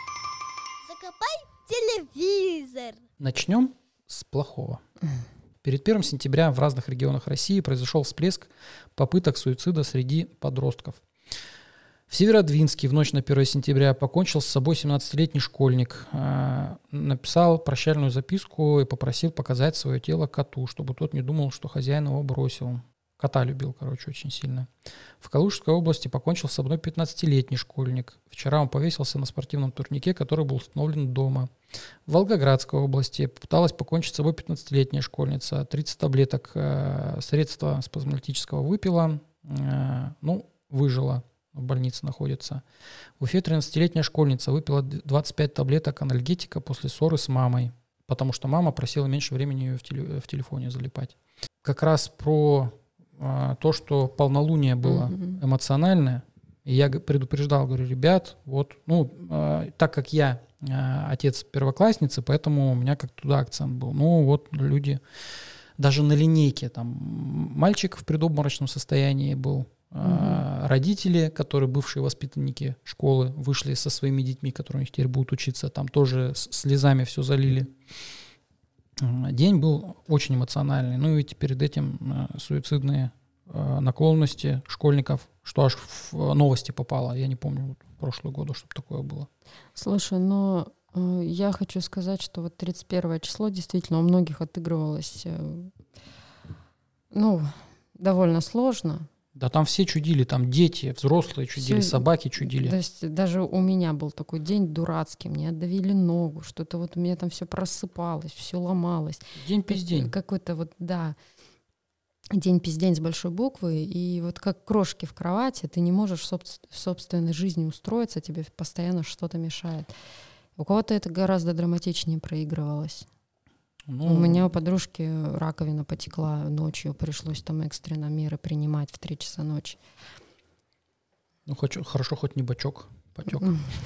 Закопай телевизор. Начнем с плохого. Перед первым сентября в разных регионах России произошел всплеск попыток суицида среди подростков. В Северодвинске в ночь на первое сентября покончил с собой семнадцатилетний школьник. Э, написал прощальную записку и попросил показать свое тело коту, чтобы тот не думал, что хозяин его бросил. Кота любил, короче, очень сильно. В Калужской области покончил с собой пятнадцатилетний школьник. Вчера он повесился на спортивном турнике, который был установлен дома. В Волгоградской области попыталась покончить с собой пятнадцатилетняя школьница. тридцать таблеток э, средства спазмолитического выпила. Э, ну, выжила. В больнице находится. В Уфе тринадцатилетняя школьница выпила двадцать пять таблеток анальгетика после ссоры с мамой, потому что мама просила меньше времени ее в, теле, в телефоне залипать. Как раз про а, то, что полнолуние было mm-hmm. эмоциональное, и я предупреждал, говорю, ребят, вот, ну, а, так как я а, отец первоклассницы, поэтому у меня как-то туда акцент был. Ну, вот люди, даже на линейке, там, мальчик в предобморочном состоянии был, Uh-huh. родители, которые бывшие воспитанники школы, вышли со своими детьми, которые у них теперь будут учиться, там тоже слезами все залили. День был очень эмоциональный. Ну и ведь перед этим суицидные наклонности школьников, что аж в новости попало. Я не помню, вот в прошлые годы, чтобы такое было. Слушай, но э, я хочу сказать, что вот тридцать первое число действительно у многих отыгрывалось э, ну, довольно сложно. Да там все чудили, там дети, взрослые чудили, все, собаки чудили. То есть даже у меня был такой день дурацкий, мне отдавили ногу, что-то вот у меня там все просыпалось, все ломалось. День-пиздень. Какой-то вот, да, день-пиздень с большой буквы, и вот как крошки в кровати, ты не можешь в собственной жизни устроиться, тебе постоянно что-то мешает. У кого-то это гораздо драматичнее проигрывалось. Ну, у меня у подружки раковина потекла ночью, пришлось там экстренно меры принимать в три часа ночи. Ну, хочу, хорошо, хоть не бачок потек.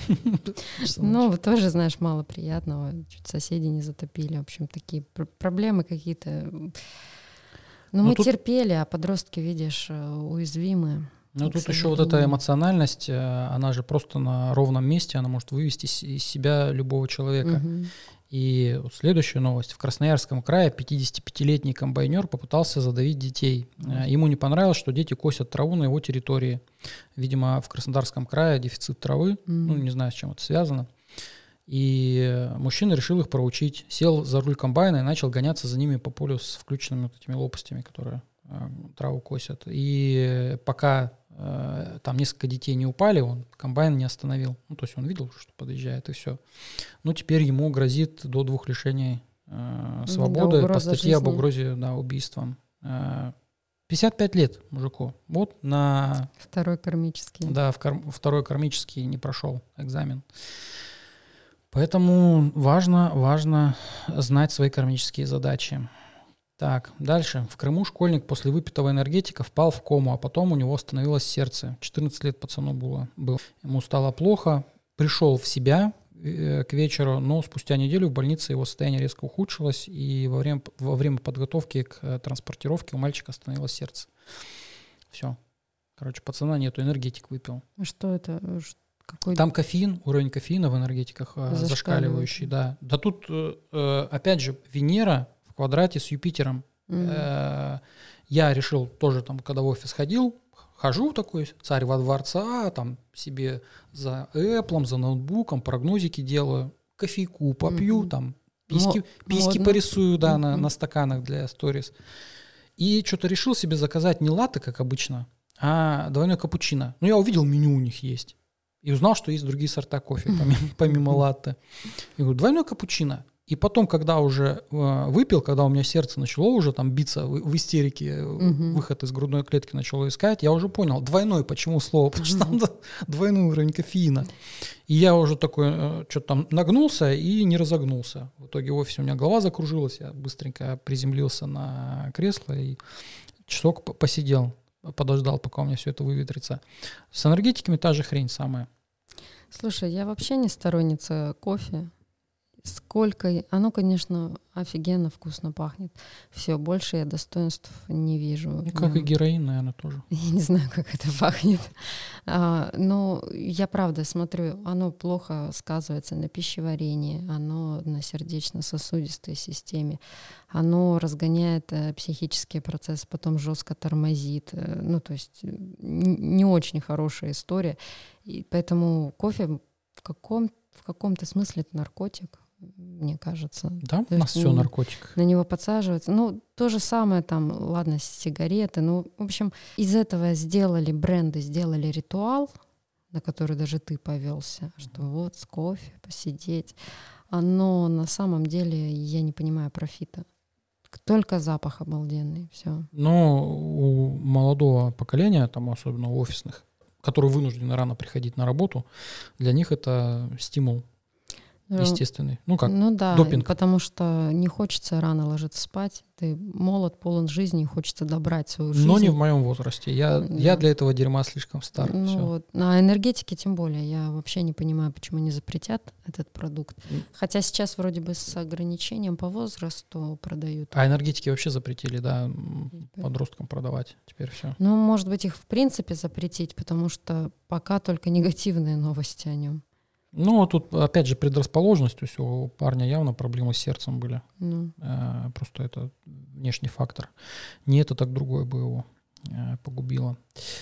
Ну, тоже, знаешь, мало приятного. Чуть соседи не затопили. В общем, такие проблемы какие-то. Ну, мы терпели, а подростки, видишь, уязвимые. Ну, тут еще вот эта эмоциональность, она же просто на ровном месте, она может вывести из себя любого человека. И вот следующая новость. В Красноярском крае пятидесятипятилетний комбайнер попытался задавить детей. Mm-hmm. Ему не понравилось, что дети косят траву на его территории. Видимо, в Краснодарском крае дефицит травы. Mm-hmm. Ну, не знаю, с чем это связано. И мужчина решил их проучить. Сел за руль комбайна и начал гоняться за ними по полю с включенными вот этими лопастями, которые э, траву косят. И пока э, там несколько детей не упали, он комбайн не остановил. Ну, то есть он видел, что подъезжает, и все. Ну, теперь ему грозит до двух лишений э, свободы по статье жизни. Об угрозе, да, убийством. Э, пятьдесят пять лет мужику. Вот на... Второй кармический. Да, в кар... второй кармический не прошел экзамен. Поэтому важно, важно знать свои кармические задачи. Так, дальше. В Крыму школьник после выпитого энергетика впал в кому, а потом у него остановилось сердце. четырнадцать лет пацану было. было. Ему стало плохо, пришел в себя э, к вечеру, но спустя неделю в больнице его состояние резко ухудшилось, и во время, во время подготовки к э, транспортировке у мальчика остановилось сердце. Все. Короче, пацана нету, энергетик выпил. А что это? Какой... Там кофеин, уровень кофеина в энергетиках зашкаливающий. зашкаливающий, да. Да тут, э, опять же, Венера в квадрате с Юпитером. Mm-hmm. Э, я решил тоже, там, когда в офис ходил, хожу такой, царь во дворца, там себе за Apple, за ноутбуком, прогнозики делаю, кофейку попью, mm-hmm. там, письки, письки порисую, да, mm-hmm. на, на стаканах для сторис. И что-то решил себе заказать не латте, как обычно, а двойной капучино. Ну, я увидел, меню у них есть. И узнал, что есть другие сорта кофе, помимо, помимо латте. Я говорю, двойной капучино. И потом, когда уже э, выпил, когда у меня сердце начало уже там биться в, в истерике, uh-huh. выход из грудной клетки начало искать, я уже понял, двойной, почему слово, потому что там двойной уровень кофеина. И я уже такой, э, что-то там нагнулся и не разогнулся. В итоге в офисе у меня голова закружилась, я быстренько приземлился на кресло и часок посидел, подождал, пока у меня все это выветрится. С энергетиками та же хрень самая. Слушай, я вообще не сторонница кофе. Сколько... Оно, конечно, офигенно вкусно пахнет. Все, больше я достоинств не вижу. Ну, как и героин, наверное, тоже. Я не знаю, как это пахнет. А, но я правда смотрю, оно плохо сказывается на пищеварении, оно на сердечно-сосудистой системе, оно разгоняет э, психические процессы, потом жестко тормозит. Э, ну, то есть не очень хорошая история. И поэтому кофе в каком в каком-то смысле это наркотик. мне кажется. Да, То у нас есть, все м, наркотик. На него подсаживаются. Ну, то же самое там, ладно, сигареты. Ну, в общем, из этого сделали бренды, сделали ритуал, на который даже ты повелся, что вот с кофе посидеть. Но на самом деле я не понимаю профита. Только запах обалденный, все. Но у молодого поколения, там особенно у офисных, которые вынуждены рано приходить на работу, для них это стимул естественный. Ну как, ну да, допинг. потому что не хочется рано ложиться спать. Ты молод, полон жизни, хочется добрать свою жизнь. Но не в моем возрасте. Я, Да. я для этого дерьма слишком стар. Ну Всё. вот. А энергетики тем более. Я вообще не понимаю, почему не запретят этот продукт. М. Хотя сейчас вроде бы с ограничением по возрасту продают. А энергетики вообще запретили, да, м, подросткам продавать. Теперь все. Ну, может быть, их в принципе запретить, потому что пока только негативные новости о нем. Ну, тут, опять же, предрасположенность. То есть у парня явно проблемы с сердцем были. Ну, Э, Просто это внешний фактор. Не это, так другое бы его э, погубило.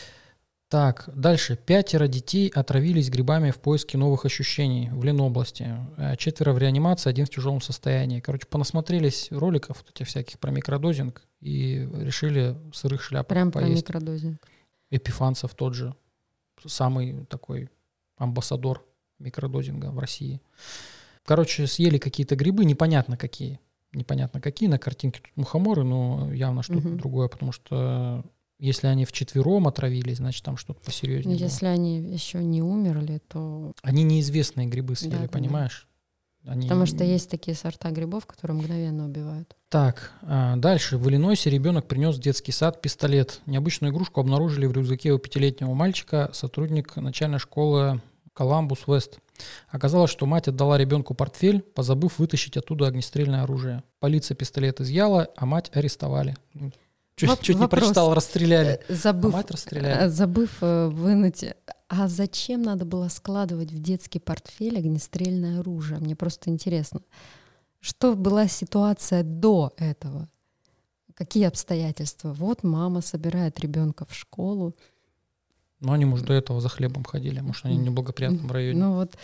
Так, дальше. Пятеро детей отравились грибами в поиске новых ощущений в Ленобласти. Э, Четверо в реанимации, один в тяжелом состоянии. Короче, понасмотрелись роликов вот этих всяких про микродозинг и решили в сырых шляпах прям про поесть. микродозинг. Епифанцев тот же, самый такой амбассадор микродозинга в России. Короче, съели какие-то грибы, непонятно какие. Непонятно какие, на картинке тут мухоморы, но явно что-то Мгм. другое, потому что если они вчетвером отравились, значит там что-то Ну, посерьезнее было. если они еще не умерли, то... Они неизвестные грибы съели, Да-да-да. понимаешь? Они... Потому что есть такие сорта грибов, которые мгновенно убивают. Так, а, дальше. В Иллинойсе ребенок принес в детский сад пистолет. Необычную игрушку обнаружили в рюкзаке у пятилетнего мальчика, сотрудник начальной школы Коламбус Вест. Оказалось, что мать отдала ребенку портфель, позабыв вытащить оттуда огнестрельное оружие. Полиция пистолет изъяла, а мать арестовали. Чуть, Воп- чуть не вопрос. прочитал, расстреляли. Э, Забыв, А мать расстреляли. э, забыв э, вынуть... А зачем надо было складывать в детский портфель огнестрельное оружие? Мне просто интересно. Что была ситуация до этого? Какие обстоятельства? Вот мама собирает ребенка в школу. Но они, может, до этого за хлебом ходили. Может, они в неблагоприятном районе. Ну вот,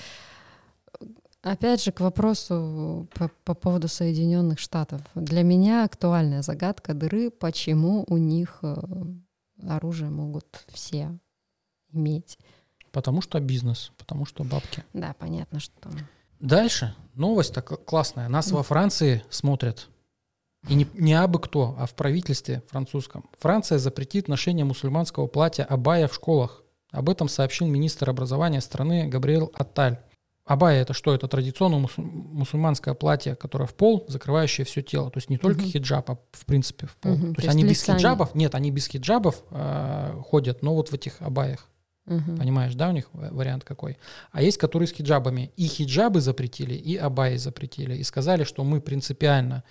опять же, к вопросу по, по поводу Соединенных Штатов. Для меня актуальная загадка дыры, почему у них э, оружие могут все иметь. Потому что бизнес, потому что бабки. Да, понятно, что... Дальше. Новость такая классная. Нас во Франции смотрят. И не, не абы кто, а в правительстве французском. Франция запретит ношение мусульманского платья абая в школах. Об этом сообщил министр образования страны Габриэль Атталь. Абая — это что? Это традиционное мусу- мусульманское платье, которое в пол, закрывающее все тело. То есть не только Мгм. хиджаб, а в принципе в пол. Мгм. То, То есть есть они без лица не- хиджабов, нет, они без хиджабов э, ходят, но вот в этих абаях. Мгм. Понимаешь, да, у них ва- вариант какой? А есть, которые с хиджабами. И хиджабы запретили, и абайи запретили. И сказали, что мы принципиально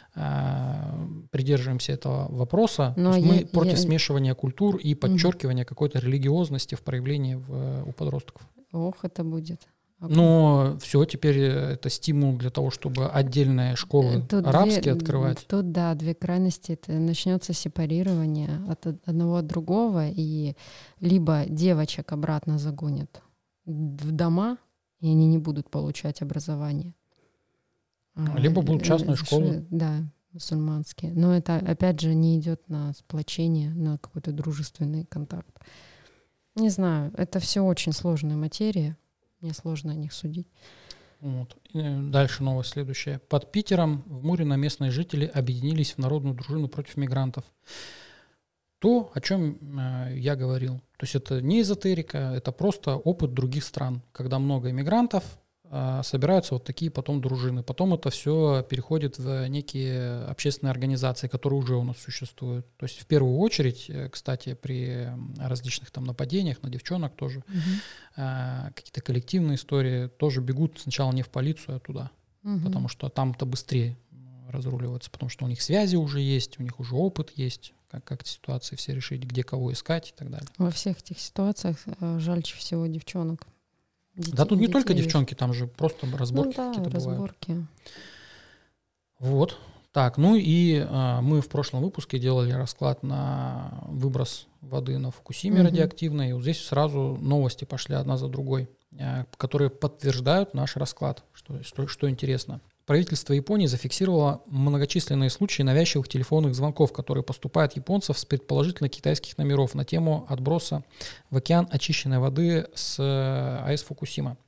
э, придерживаемся этого вопроса. Но То есть мы я- против я- смешивания культур и подчеркивания какой-то религиозности в проявлении в- у подростков. Ох, это будет. А Но все, теперь это стимул для того, чтобы отдельные школы Тут арабские две- открывать. Тут, да, две крайности. Это начнется сепарирование от од- одного от другого, и либо девочек обратно загонят в дома, и они не будут получать образование. А, Либо будут э, частные ш- школы. Да, мусульманские. Но это, опять же, не идет на сплочение, на какой-то дружественный контакт. Не знаю, это все очень сложная материя. Мне сложно о них судить. Вот. И дальше новость следующая. Под Питером в Мурино местные жители объединились в народную дружину против мигрантов. То, о чем э, я говорил. То есть это не эзотерика, это просто опыт других стран. Когда много иммигрантов, э, собираются вот такие потом дружины. Потом это все переходит в некие общественные организации, которые уже у нас существуют. То есть в первую очередь, э, кстати, при различных там нападениях на девчонок тоже, э, какие-то коллективные истории тоже бегут сначала не в полицию, а туда. Потому что там-то быстрее разруливаться, потому что у них связи уже есть, у них уже опыт есть, как, как эти ситуации все решить, где кого искать и так далее. Во всех этих ситуациях э, жальче всего девчонок. Да тут не Детей только есть. девчонки, там же просто разборки Ну да, какие-то бывают. разборки. Вот. Так, ну и а, мы в прошлом выпуске делали расклад на выброс воды на Фукусиме Мгм. радиоактивной. И вот здесь сразу новости пошли одна за другой, а, которые подтверждают наш расклад, что, что, что интересно. Правительство Японии зафиксировало многочисленные случаи навязчивых телефонных звонков, которые поступают от японцев с предположительно китайских номеров на тему отброса в океан очищенной воды с э, АЭС Фукусима.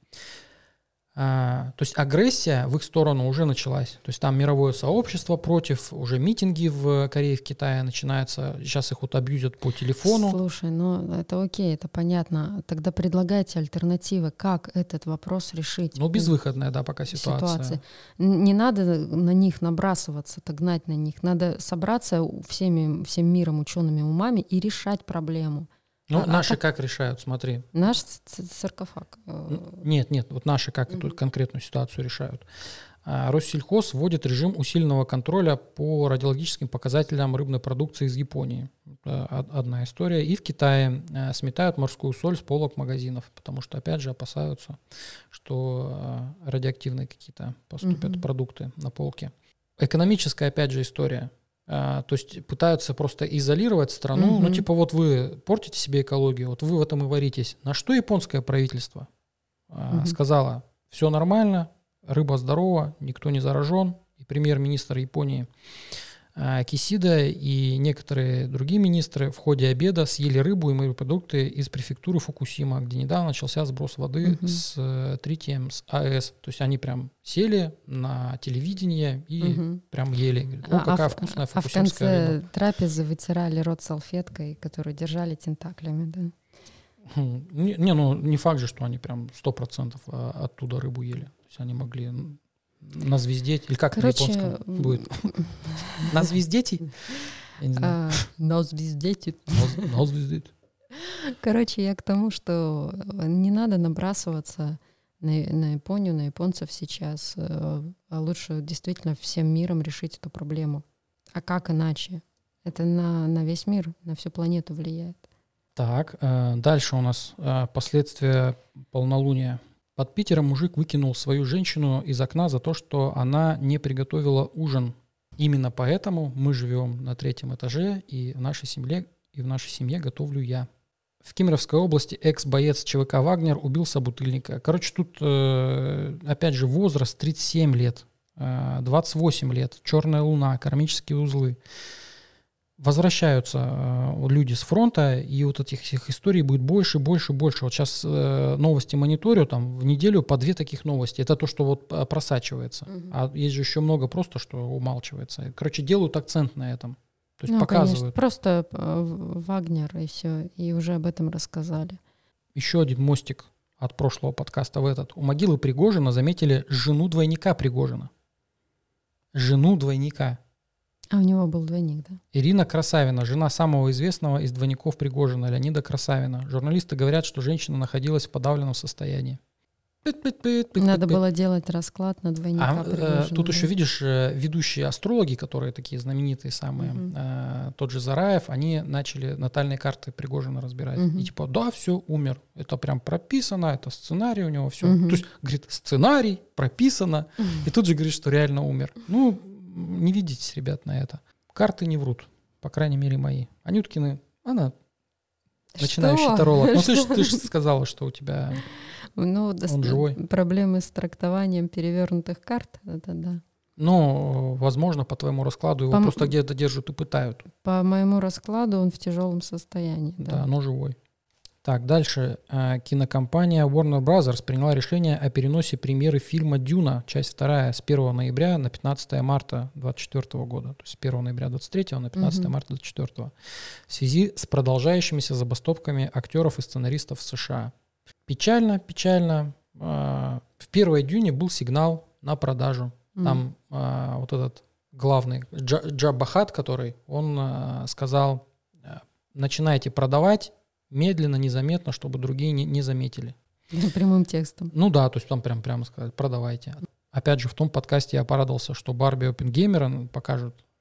А, то есть агрессия в их сторону уже началась. То есть там мировое сообщество против, уже митинги в Корее, в Китае начинаются. Сейчас их вот абьюзят по телефону. Слушай, ну это окей, это понятно. Тогда предлагайте альтернативы, как этот вопрос решить. Ну, безвыходная, да, пока ситуация. Ситуации. Н- Не надо на них набрасываться, так гнать на них. Надо собраться у- всеми, всем миром, учеными умами и решать проблему. Ну, А- а наши как- как решают, смотри. Наш ц- ц- саркофаг. э, Н- Нет, нет, вот наши как эту Мгм. конкретную ситуацию решают. А, Россельхоз вводит режим усиленного контроля по радиологическим показателям рыбной продукции из Японии. Это од- одна история. И в Китае а, сметают морскую соль с полок магазинов, потому что, опять же, опасаются, что а, радиоактивные какие-то поступят Мгм. продукты на полке. Экономическая, опять же, история. А, То есть пытаются просто изолировать страну. Ну, Мгм. типа, вот вы портите себе экологию, вот вы в этом и варитесь. На что японское правительство а, Мгм. сказала: все нормально, рыба здорова, никто не заражен. И премьер-министр Японии а, Кисида и некоторые другие министры в ходе обеда съели рыбу и морепродукты из префектуры Фукусима, где недавно начался сброс воды Мгм. с э, тритием с АЭС. То есть они прям сели на телевидение и Мгм. прям ели. Говорят: о, А- а какая в- вкусная А в фукусимская конце рыба. трапезы вытирали рот салфеткой, которую держали тентаклями, да? Хм, Не, не, ну не факт же, что они прям сто процентов а, оттуда рыбу ели. То есть они могли м, назвездеть. Или как Короче, на японском будет? Назвездеть? Я не знаю. а, Нас везде те- Наз- Назвездеть. Короче, я к тому, что не надо набрасываться на, на Японию, на японцев сейчас, э, а лучше действительно всем миром решить эту проблему. А как иначе? Это на, на весь мир, на всю планету влияет. Так, э, дальше у нас э, последствия полнолуния. Под Питером мужик выкинул свою женщину из окна за то, что она не приготовила ужин. Именно поэтому мы живем на третьем этаже, и в нашей семье, и в нашей семье готовлю я. В Кемеровской области экс-боец ЧВК «Вагнер» убил собутыльника. Короче, тут, э, опять же, возраст тридцать семь лет, э, двадцать восемь лет, черная луна, кармические узлы. Возвращаются э, люди с фронта, и вот этих всех историй будет больше, больше, больше. Вот сейчас э, новости мониторю, там в неделю по две таких новости. Это то, что вот э, просачивается. Мгм. А есть же еще много просто, что умалчивается. Короче, делают акцент на этом. То есть Ну, показывают. конечно, просто э, Вагнер и все, и уже об этом рассказали. Еще один мостик от прошлого подкаста в этот. У могилы Пригожина заметили жену двойника Пригожина. Жену двойника. А у него был двойник, да? Ирина Красавина, жена самого известного из двойников Пригожина, Леонида Красавина. Журналисты говорят, что женщина находилась в подавленном состоянии. Надо было делать расклад на двойника А, э, Пригожина, тут да. еще, видишь, э, ведущие астрологи, которые такие знаменитые самые, Мгм. э, тот же Зараев, они начали натальные карты Пригожина разбирать. Мгм. И типа, да, все, умер. Это прям прописано, это сценарий у него, все. Мгм. То есть, говорит, сценарий, прописано. И тут же говорит, что реально умер. Ну, не ведитесь, ребят, на это. Карты не врут, по крайней мере, мои. Анюткины, она начинающий Что? таролог. Ну, ты же Что? ты ж сказала, что у тебя... Ну, да, Он с- живой. проблемы с трактованием перевернутых карт, это да. Ну, возможно, по твоему раскладу его Пом- просто где-то держат и пытают. По моему раскладу он в тяжелом состоянии. Да, Да. но живой. Так, дальше. Э, Кинокомпания Warner Bros. Приняла решение о переносе премьеры фильма «Дюна», часть вторая, с первого ноября на пятнадцатое марта двадцать четвёртого года. То есть с первого ноября двадцать третьего на пятнадцатое Мгм. марта двадцать четвёртого. В связи с продолжающимися забастовками актеров и сценаристов в США. Печально, печально. Э, В первой «Дюне» был сигнал на продажу. М. Там э, вот этот главный Джа- Джабба Хат, который, он э, сказал, э, начинайте продавать медленно, незаметно, чтобы другие не, не заметили. Прямым текстом. Ну да, то есть там прям прямо сказать, продавайте. Опять же, в том подкасте я порадовался, что Барби Оппенгеймера покажут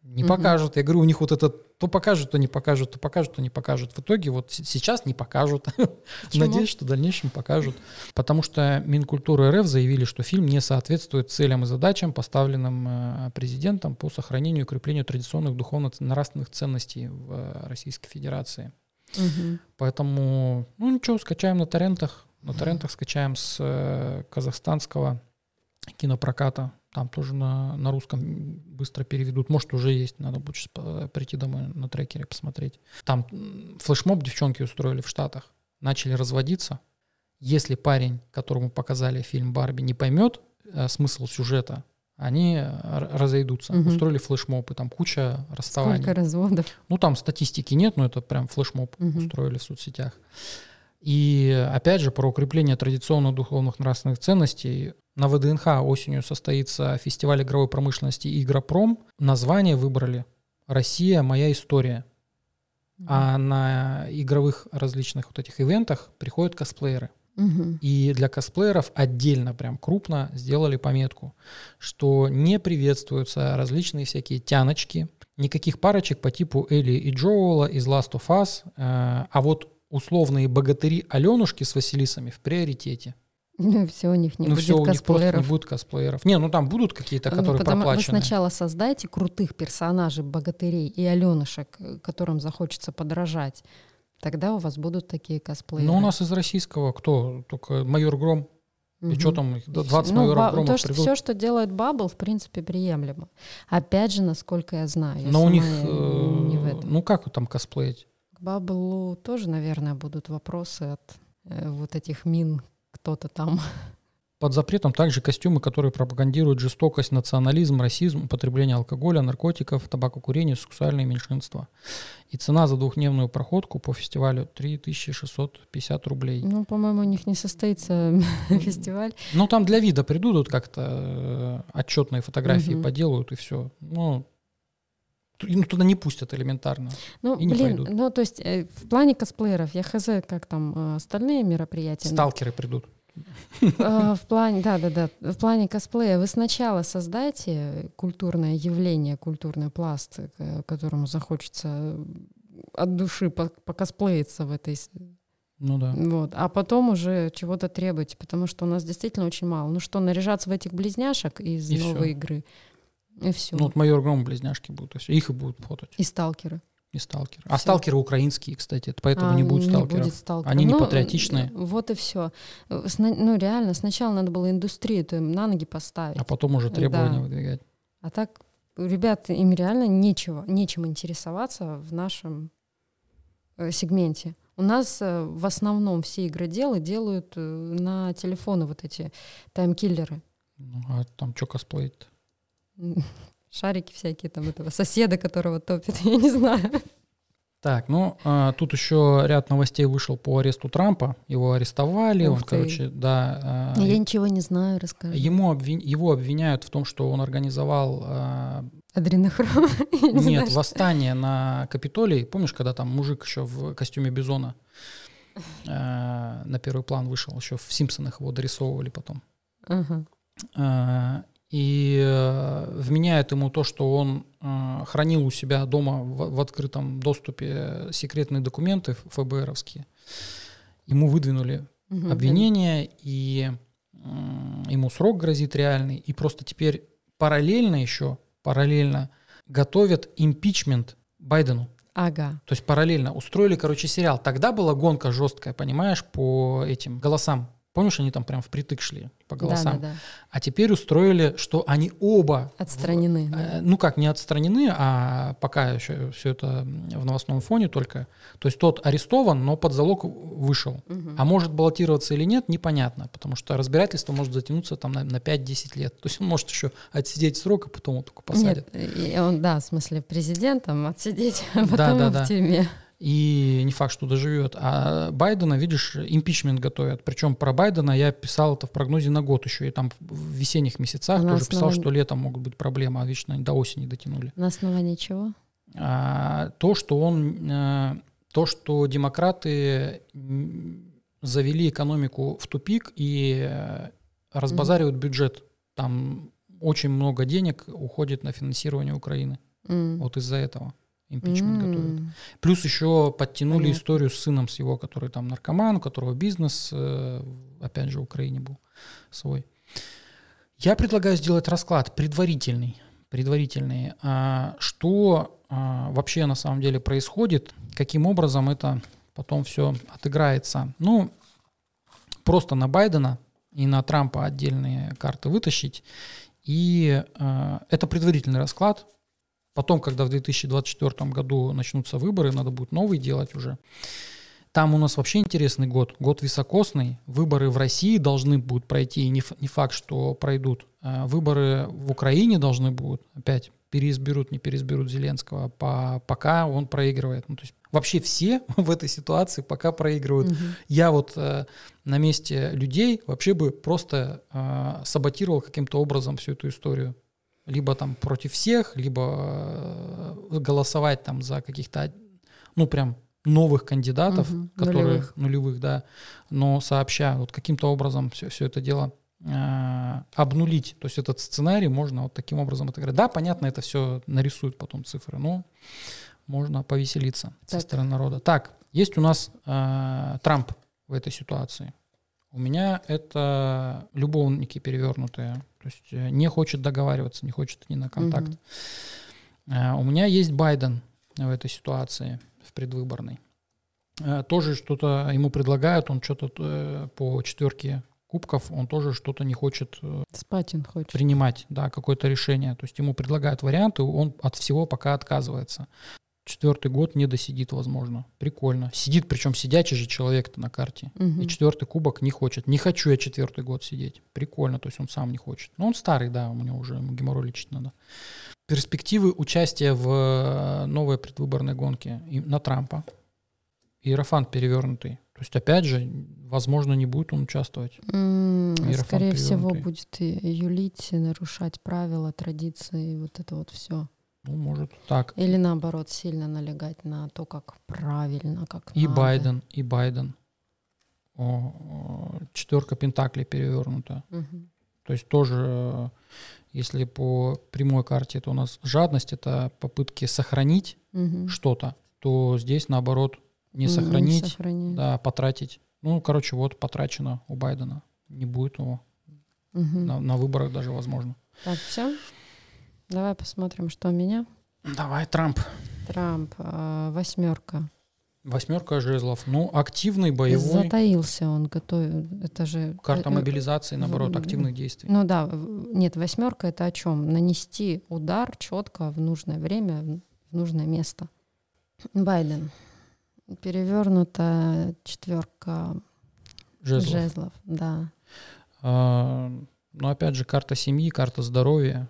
Не Мгм. покажут. Я говорю, у них вот это то покажут, то не покажут, то покажут, то не покажут. В итоге вот с- сейчас не покажут. Почему? Надеюсь, что в дальнейшем покажут. Потому что Минкультуры РФ заявили, что фильм не соответствует целям и задачам, поставленным э, президентом по сохранению и укреплению традиционных духовно-нравственных ценностей в э, Российской Федерации. Мгм. Поэтому, ну ничего, скачаем на торрентах. На торрентах скачаем с э, казахстанского кинопроката. Там тоже на, на русском быстро переведут. Может, уже есть. Надо будет сейчас по- прийти домой на трекере посмотреть. Там м, флешмоб девчонки устроили в Штатах. Начали разводиться. Если парень, которому показали фильм «Барби», не поймет э, смысл сюжета, они р- разойдутся. Мгм. Устроили флешмоб, и там куча расставаний. Сколько разводов. Ну, там статистики нет, но это прям флешмоб Мгм. устроили в соцсетях. И опять же, про укрепление традиционных духовных нравственных ценностей. На ВДНХ осенью состоится фестиваль игровой промышленности «Игропром». Название выбрали «Россия. Моя история». А на игровых различных вот этих ивентах приходят косплееры. Мгм. И для косплееров отдельно, прям крупно сделали пометку, что не приветствуются различные всякие тяночки, никаких парочек по типу Элли и Джоула из Last of Us, э, а вот условные богатыри-аленушки с Василисами в приоритете. Ну, все, у них не ну будет все, у них просто косплееров. не будет косплееров. Не, ну там будут какие-то, Ну, которые потому- Вы проплачены. сначала создайте крутых персонажей, богатырей и аленышек, э, которым захочется подражать. Тогда у вас будут такие косплееры. Ну у нас из российского кто? Только майор Гром. И что там, их двадцать ну, майоров ба- Громов то, что придут. все, что делает Баббл, в принципе, приемлемо. Опять же, насколько я знаю, я Но у сама них, не э, в этом. ну как там косплеить? К Бабблу тоже, наверное, будут вопросы от э, вот этих мин кто-то там. Под запретом также костюмы, которые пропагандируют жестокость, национализм, расизм, употребление алкоголя, наркотиков, табакокурение, сексуальные меньшинства. И цена за двухдневную проходку по фестивалю три тысячи шестьсот пятьдесят рублей. Ну, по-моему, у них не состоится фестиваль. Ну, там для вида придут как-то э, отчетные фотографии, Мгм. поделают и все. Ну, т- ну, туда не пустят элементарно. Ну, И не блин, пойдут. ну, то есть э, в плане косплееров, я хз, как там э, остальные мероприятия. Сталкеры придут. Э, В плане, да, да, да. В плане косплея вы сначала создайте культурное явление, культурный пласт, к- которому захочется от души по- покосплеиться в этой, с- Ну да. вот, а потом уже чего-то требуйте, потому что у нас действительно очень мало. Ну что, наряжаться в этих близняшек из И новой всё. игры, и все. Ну, вот майор Гром близняшки будут, и все. Их и будут фотать. И сталкеры. И сталкеры. А Всё. сталкеры украинские, кстати, это поэтому А, не будет сталкеров. будет сталкеров. Они не Ну, патриотичные. э, Вот и все. Ну реально, сначала надо было индустрию эту на ноги поставить. А потом уже требования Да. выдвигать. А так, ребят, им реально нечего, нечем интересоваться в нашем э, сегменте. У нас э, в основном все игроделы делают э, на телефоны вот эти таймкиллеры. Ну, а там что косплеить-то? М, Шарики всякие там этого соседа, которого топит, я не знаю. Так, ну, а, тут еще ряд новостей вышел по аресту Трампа. Его арестовали, Ух он, ты. короче, да. а, Я ничего не знаю, расскажи. ему обвин- его обвиняют в том, что он организовал а, Адренохром. Я не нет, знаю, что- восстание на Капитолии. Помнишь, когда там мужик еще в костюме бизона а, на первый план вышел, еще в «Симпсонах» его дорисовывали потом. Ага. А, И э, вменяют ему то, что он э, хранил у себя дома в, в открытом доступе секретные документы ФБРовские. Ему выдвинули Мгм. обвинение, и м, ему срок грозит реальный. И просто теперь параллельно еще, параллельно готовят импичмент Байдену. Ага. То есть параллельно устроили, короче, сериал. Тогда была гонка жесткая, понимаешь, по этим голосам. Помнишь, они там прям впритык шли по голосам? Да, да, да. А теперь устроили, что они оба... Отстранены. в- да. э, ну как, не отстранены, а пока еще все это в новостном фоне только. То есть тот арестован, но под залог вышел. Мгм. А может баллотироваться или нет, непонятно, потому что разбирательство может затянуться там на, на пять-десять лет. То есть он может еще отсидеть срок, а потом его только посадят. Нет, и он, да, в смысле президентом отсидеть, а потом Да, да, в да. тюрьме. И не факт, что доживет. А Байдена, видишь, импичмент готовят. Причем про Байдена я писал это в прогнозе на год еще. И там в весенних месяцах На тоже писал, основании- что летом могут быть проблемы, а вечно до осени дотянули. На основании чего? А, то, что он, э, то, что демократы м, завели экономику в тупик и э, разбазаривают бюджет. Там очень много денег уходит на финансирование Украины. Mm. Вот из-за этого импичмент Mm. готовят. Плюс еще подтянули Понятно. историю с сыном с его, который там наркоман, у которого бизнес, э, опять же, в Украине был свой. Я предлагаю сделать расклад предварительный. предварительный. А, что а, вообще на самом деле происходит, каким образом это потом все отыграется. Ну, просто на Байдена и на Трампа отдельные карты вытащить. И а, это предварительный расклад. Потом, когда в две тысячи двадцать четвёртом году начнутся выборы, надо будет новый делать уже. Там у нас вообще интересный год, год високосный. Выборы в России должны будут пройти, и не, ф- не факт, что пройдут. А выборы в Украине должны будут, опять переизберут, не переизберут Зеленского, по, пока он проигрывает. Ну, то есть вообще все в этой ситуации пока проигрывают. Мгм. Я вот э, на месте людей вообще бы просто э, саботировал каким-то образом всю эту историю. Либо там против всех, либо э, голосовать там за каких-то, ну прям новых кандидатов, Мгм. которые Нулевых. нулевых, да, но сообща вот каким-то образом все, все это дело э, обнулить. То есть этот сценарий можно вот таким образом отыграть. Да, понятно, это все нарисуют потом цифры, но можно повеселиться со Так. стороны народа. Так, есть у нас э, Трамп в этой ситуации. У меня это любовники перевернутые. То есть э, не хочет договариваться, не хочет идти на контакт. Мгм. Э, у меня есть Байден в этой ситуации, в предвыборной. Э, тоже что-то ему предлагают, он что-то э, по четверке кубков, он тоже что-то не хочет э, Спать он хочет. принимать, да, какое-то решение. То есть ему предлагают варианты, он от всего пока отказывается. Четвертый год не досидит, возможно. Прикольно. Сидит, причем сидячий же человек-то на карте. Мгм. И четвертый кубок не хочет. Не хочу я четвертый год сидеть. Прикольно, то есть он сам не хочет. Но он старый, да, у него уже ему геморрой лечить надо. Перспективы участия в э, новой предвыборной гонке и на Трампа. Иерофант перевернутый. То есть, опять же, возможно, не будет он участвовать. М, Иерофант Скорее всего, перевернутый. будет и юлить, и нарушать правила, традиции, вот это вот все. Ну, может, так. Или наоборот, сильно налегать на то, как правильно, как И надо. Байден, и Байден. О, о, четверка пентаклей перевернута. Мгм. То есть тоже, э, если по прямой карте это у нас жадность, это попытки сохранить Мгм. что-то, то здесь наоборот не М, сохранить, сохранить. да, потратить. Ну, короче, вот потрачено у Байдена. Не будет его Мгм. на, на выборах даже возможно. Так, все. Давай посмотрим, что у меня. Давай, Трамп. Трамп, а, восьмерка. Восьмерка жезлов. Ну, активный, боевой. Затаился он, готовит. Это же... Карта э, э, мобилизации, наоборот, в- активных действий. Ну да, в- нет, восьмерка это о чем? Нанести удар четко в нужное время, в в нужное место. Байден. Перевернута четверка Жезлов. жезлов, да. А, но опять же, карта семьи, карта здоровья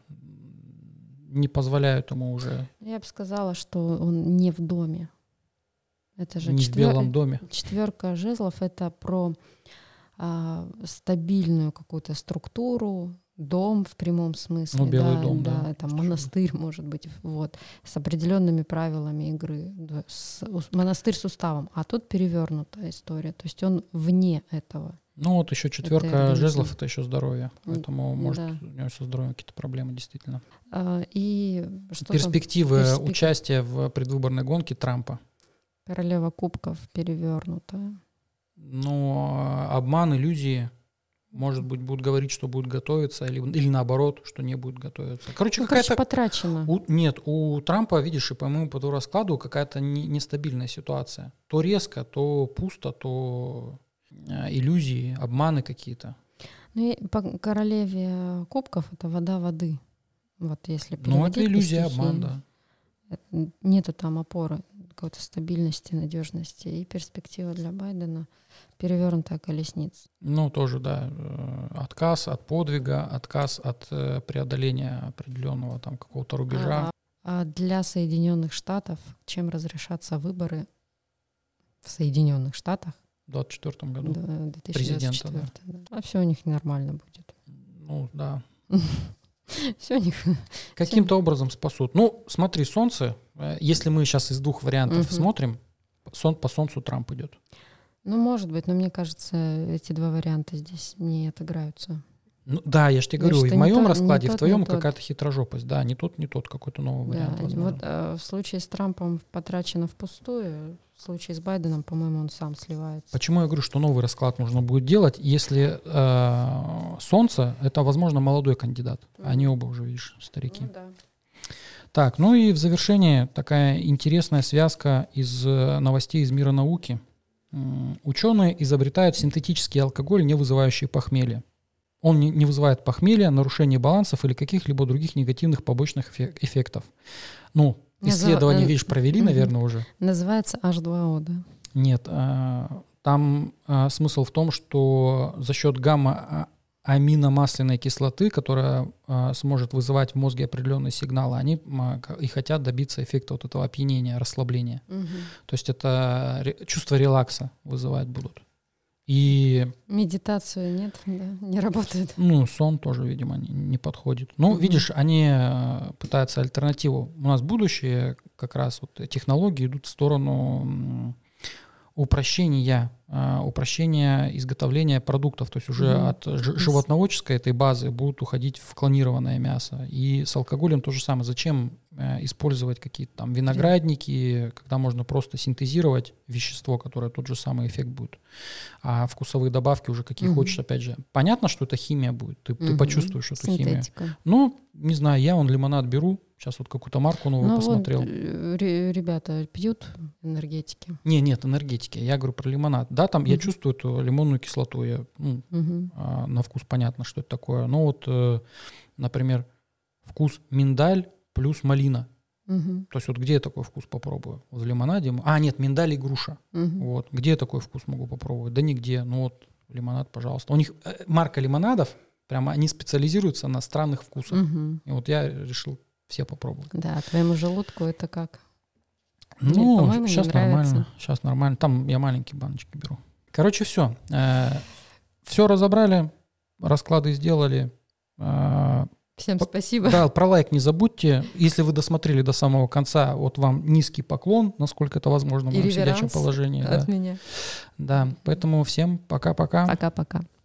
не позволяют ему уже Я бы сказала, что он не в доме. Это же не в Белом доме. четверка жезлов это про а, стабильную какую-то структуру, дом в прямом смысле. Ну, Белый да, дом, да. там монастырь, может быть, вот, с определенными правилами игры. Да, с- ус- монастырь с уставом. А тут перевернутая история. То есть он вне этого. Ну вот еще четверка организм. жезлов это еще здоровье. М, Поэтому, может, да. у него со здоровьем какие-то проблемы, действительно. А, и что там? Перспективы Перспек- участия в предвыборной гонке Трампа. Королева кубков перевернутая. Но обман, иллюзии, может быть, будут говорить, что будет готовиться, или, или наоборот, что не будет готовиться. Короче, Ну, короче, какая-то... потрачено. У- нет, у Трампа, видишь, и по моему по раскладу какая-то не- нестабильная ситуация. То резко, то пусто, то э, иллюзии, обманы какие-то. Ну, и по королеве кубков это вода воды. Вот если Ну, это переводить по иллюзия, стихии, обман, да. это- нету там опоры, какой-то стабильности, надежности. И перспектива для Байдена перевернутая колесница. Ну, тоже, да, э, отказ от подвига, отказ от э, преодоления определенного там какого-то рубежа. А, а для Соединенных Штатов чем разрешатся выборы в Соединенных Штатах В двадцать четвёртом году. да, две тысячи Президента, двадцать четвёртый, да. А все у них нормально будет. Ну, да. Все у них. Каким-то образом спасут. Ну, смотри, Солнце, э, если мы сейчас из двух вариантов Мгм. смотрим, сон, по Солнцу Трамп идет. Ну, может быть, но мне кажется, эти два варианта здесь не отыграются. Ну, да, я же тебе говорю, Значит, и в не моем то- раскладе, не в тот, твоем не тот. какая-то хитрожопость. Да, не тот, не тот, какой-то новый Да, вариант. возможно. вот э, в случае с Трампом потрачено впустую, в случае с Байденом, по-моему, он сам сливается. Почему я говорю, что новый расклад нужно будет делать, если э, Солнце — это, возможно, молодой кандидат. Мгм. Они оба уже, видишь, старики. Ну да. Так, ну и в завершение такая интересная связка из э, новостей из мира науки. М, Ученые изобретают синтетический алкоголь, не вызывающий похмелье. Он не, не вызывает похмелья, нарушение балансов или каких-либо других негативных побочных эффе- эффектов. Ну, Назов- исследования, э, видишь, провели, мгм. наверное, уже. Называется эйч два о, да? Нет, а, там а, смысл в том, что за счет гамма-аминомасляной кислоты, которая а, сможет вызывать в мозге определенные сигналы, они м, к- и хотят добиться эффекта вот этого опьянения, расслабления. Мгм. То есть это ре- чувство релакса вызывать будут. И Медитацию нет, да, не работает. ну, сон тоже, видимо, не, не подходит. Ну, Мгм. видишь, они э, пытаются альтернативу. У нас будущее как раз вот технологии идут в сторону м, упрощения, э, упрощения изготовления продуктов. То есть уже Мгм. от ж- Из- животноводческой этой базы будут уходить в клонированное мясо. И с алкоголем то же самое. Зачем э, использовать какие-то там виноградники, когда можно просто синтезировать вещество, которое тот же самый эффект будет. А вкусовые добавки уже какие Мгм. хочешь, опять же. Понятно, что это химия будет. Ты, ты Мгм. почувствуешь эту химию. Синтетика. Ну, не знаю, я вон лимонад беру. Сейчас вот какую-то марку новую Ну вот, посмотрел. э, ре- ребята пьют энергетики. Не, нет, энергетики. Я говорю про лимонад. Да, там я Мгм. чувствую эту лимонную кислоту. Я, ну, Мгм. а, на вкус понятно, что это такое. Но вот, э, например, вкус миндаль плюс малина. Мгм. То есть вот где я такой вкус попробую? В лимонаде? А, нет, миндаль и груша. Мгм. Вот. Где я такой вкус могу попробовать? Да нигде. Ну вот лимонад, пожалуйста. У них э, марка лимонадов, прямо они специализируются на странных вкусах. Мгм. И вот я решил все попробовать. Да, твоему желудку это как? Нет, Ну, по-моему, не сейчас нравится. нормально. Сейчас нормально. Там я маленькие баночки беру. Короче, все. Все разобрали, расклады сделали. Э, Всем По- спасибо. Да, про лайк не забудьте. Если вы досмотрели до самого конца, вот вам низкий поклон, насколько это возможно в И моем сидячем реверанс положении. Да. от меня. Да, поэтому всем пока-пока. Пока-пока.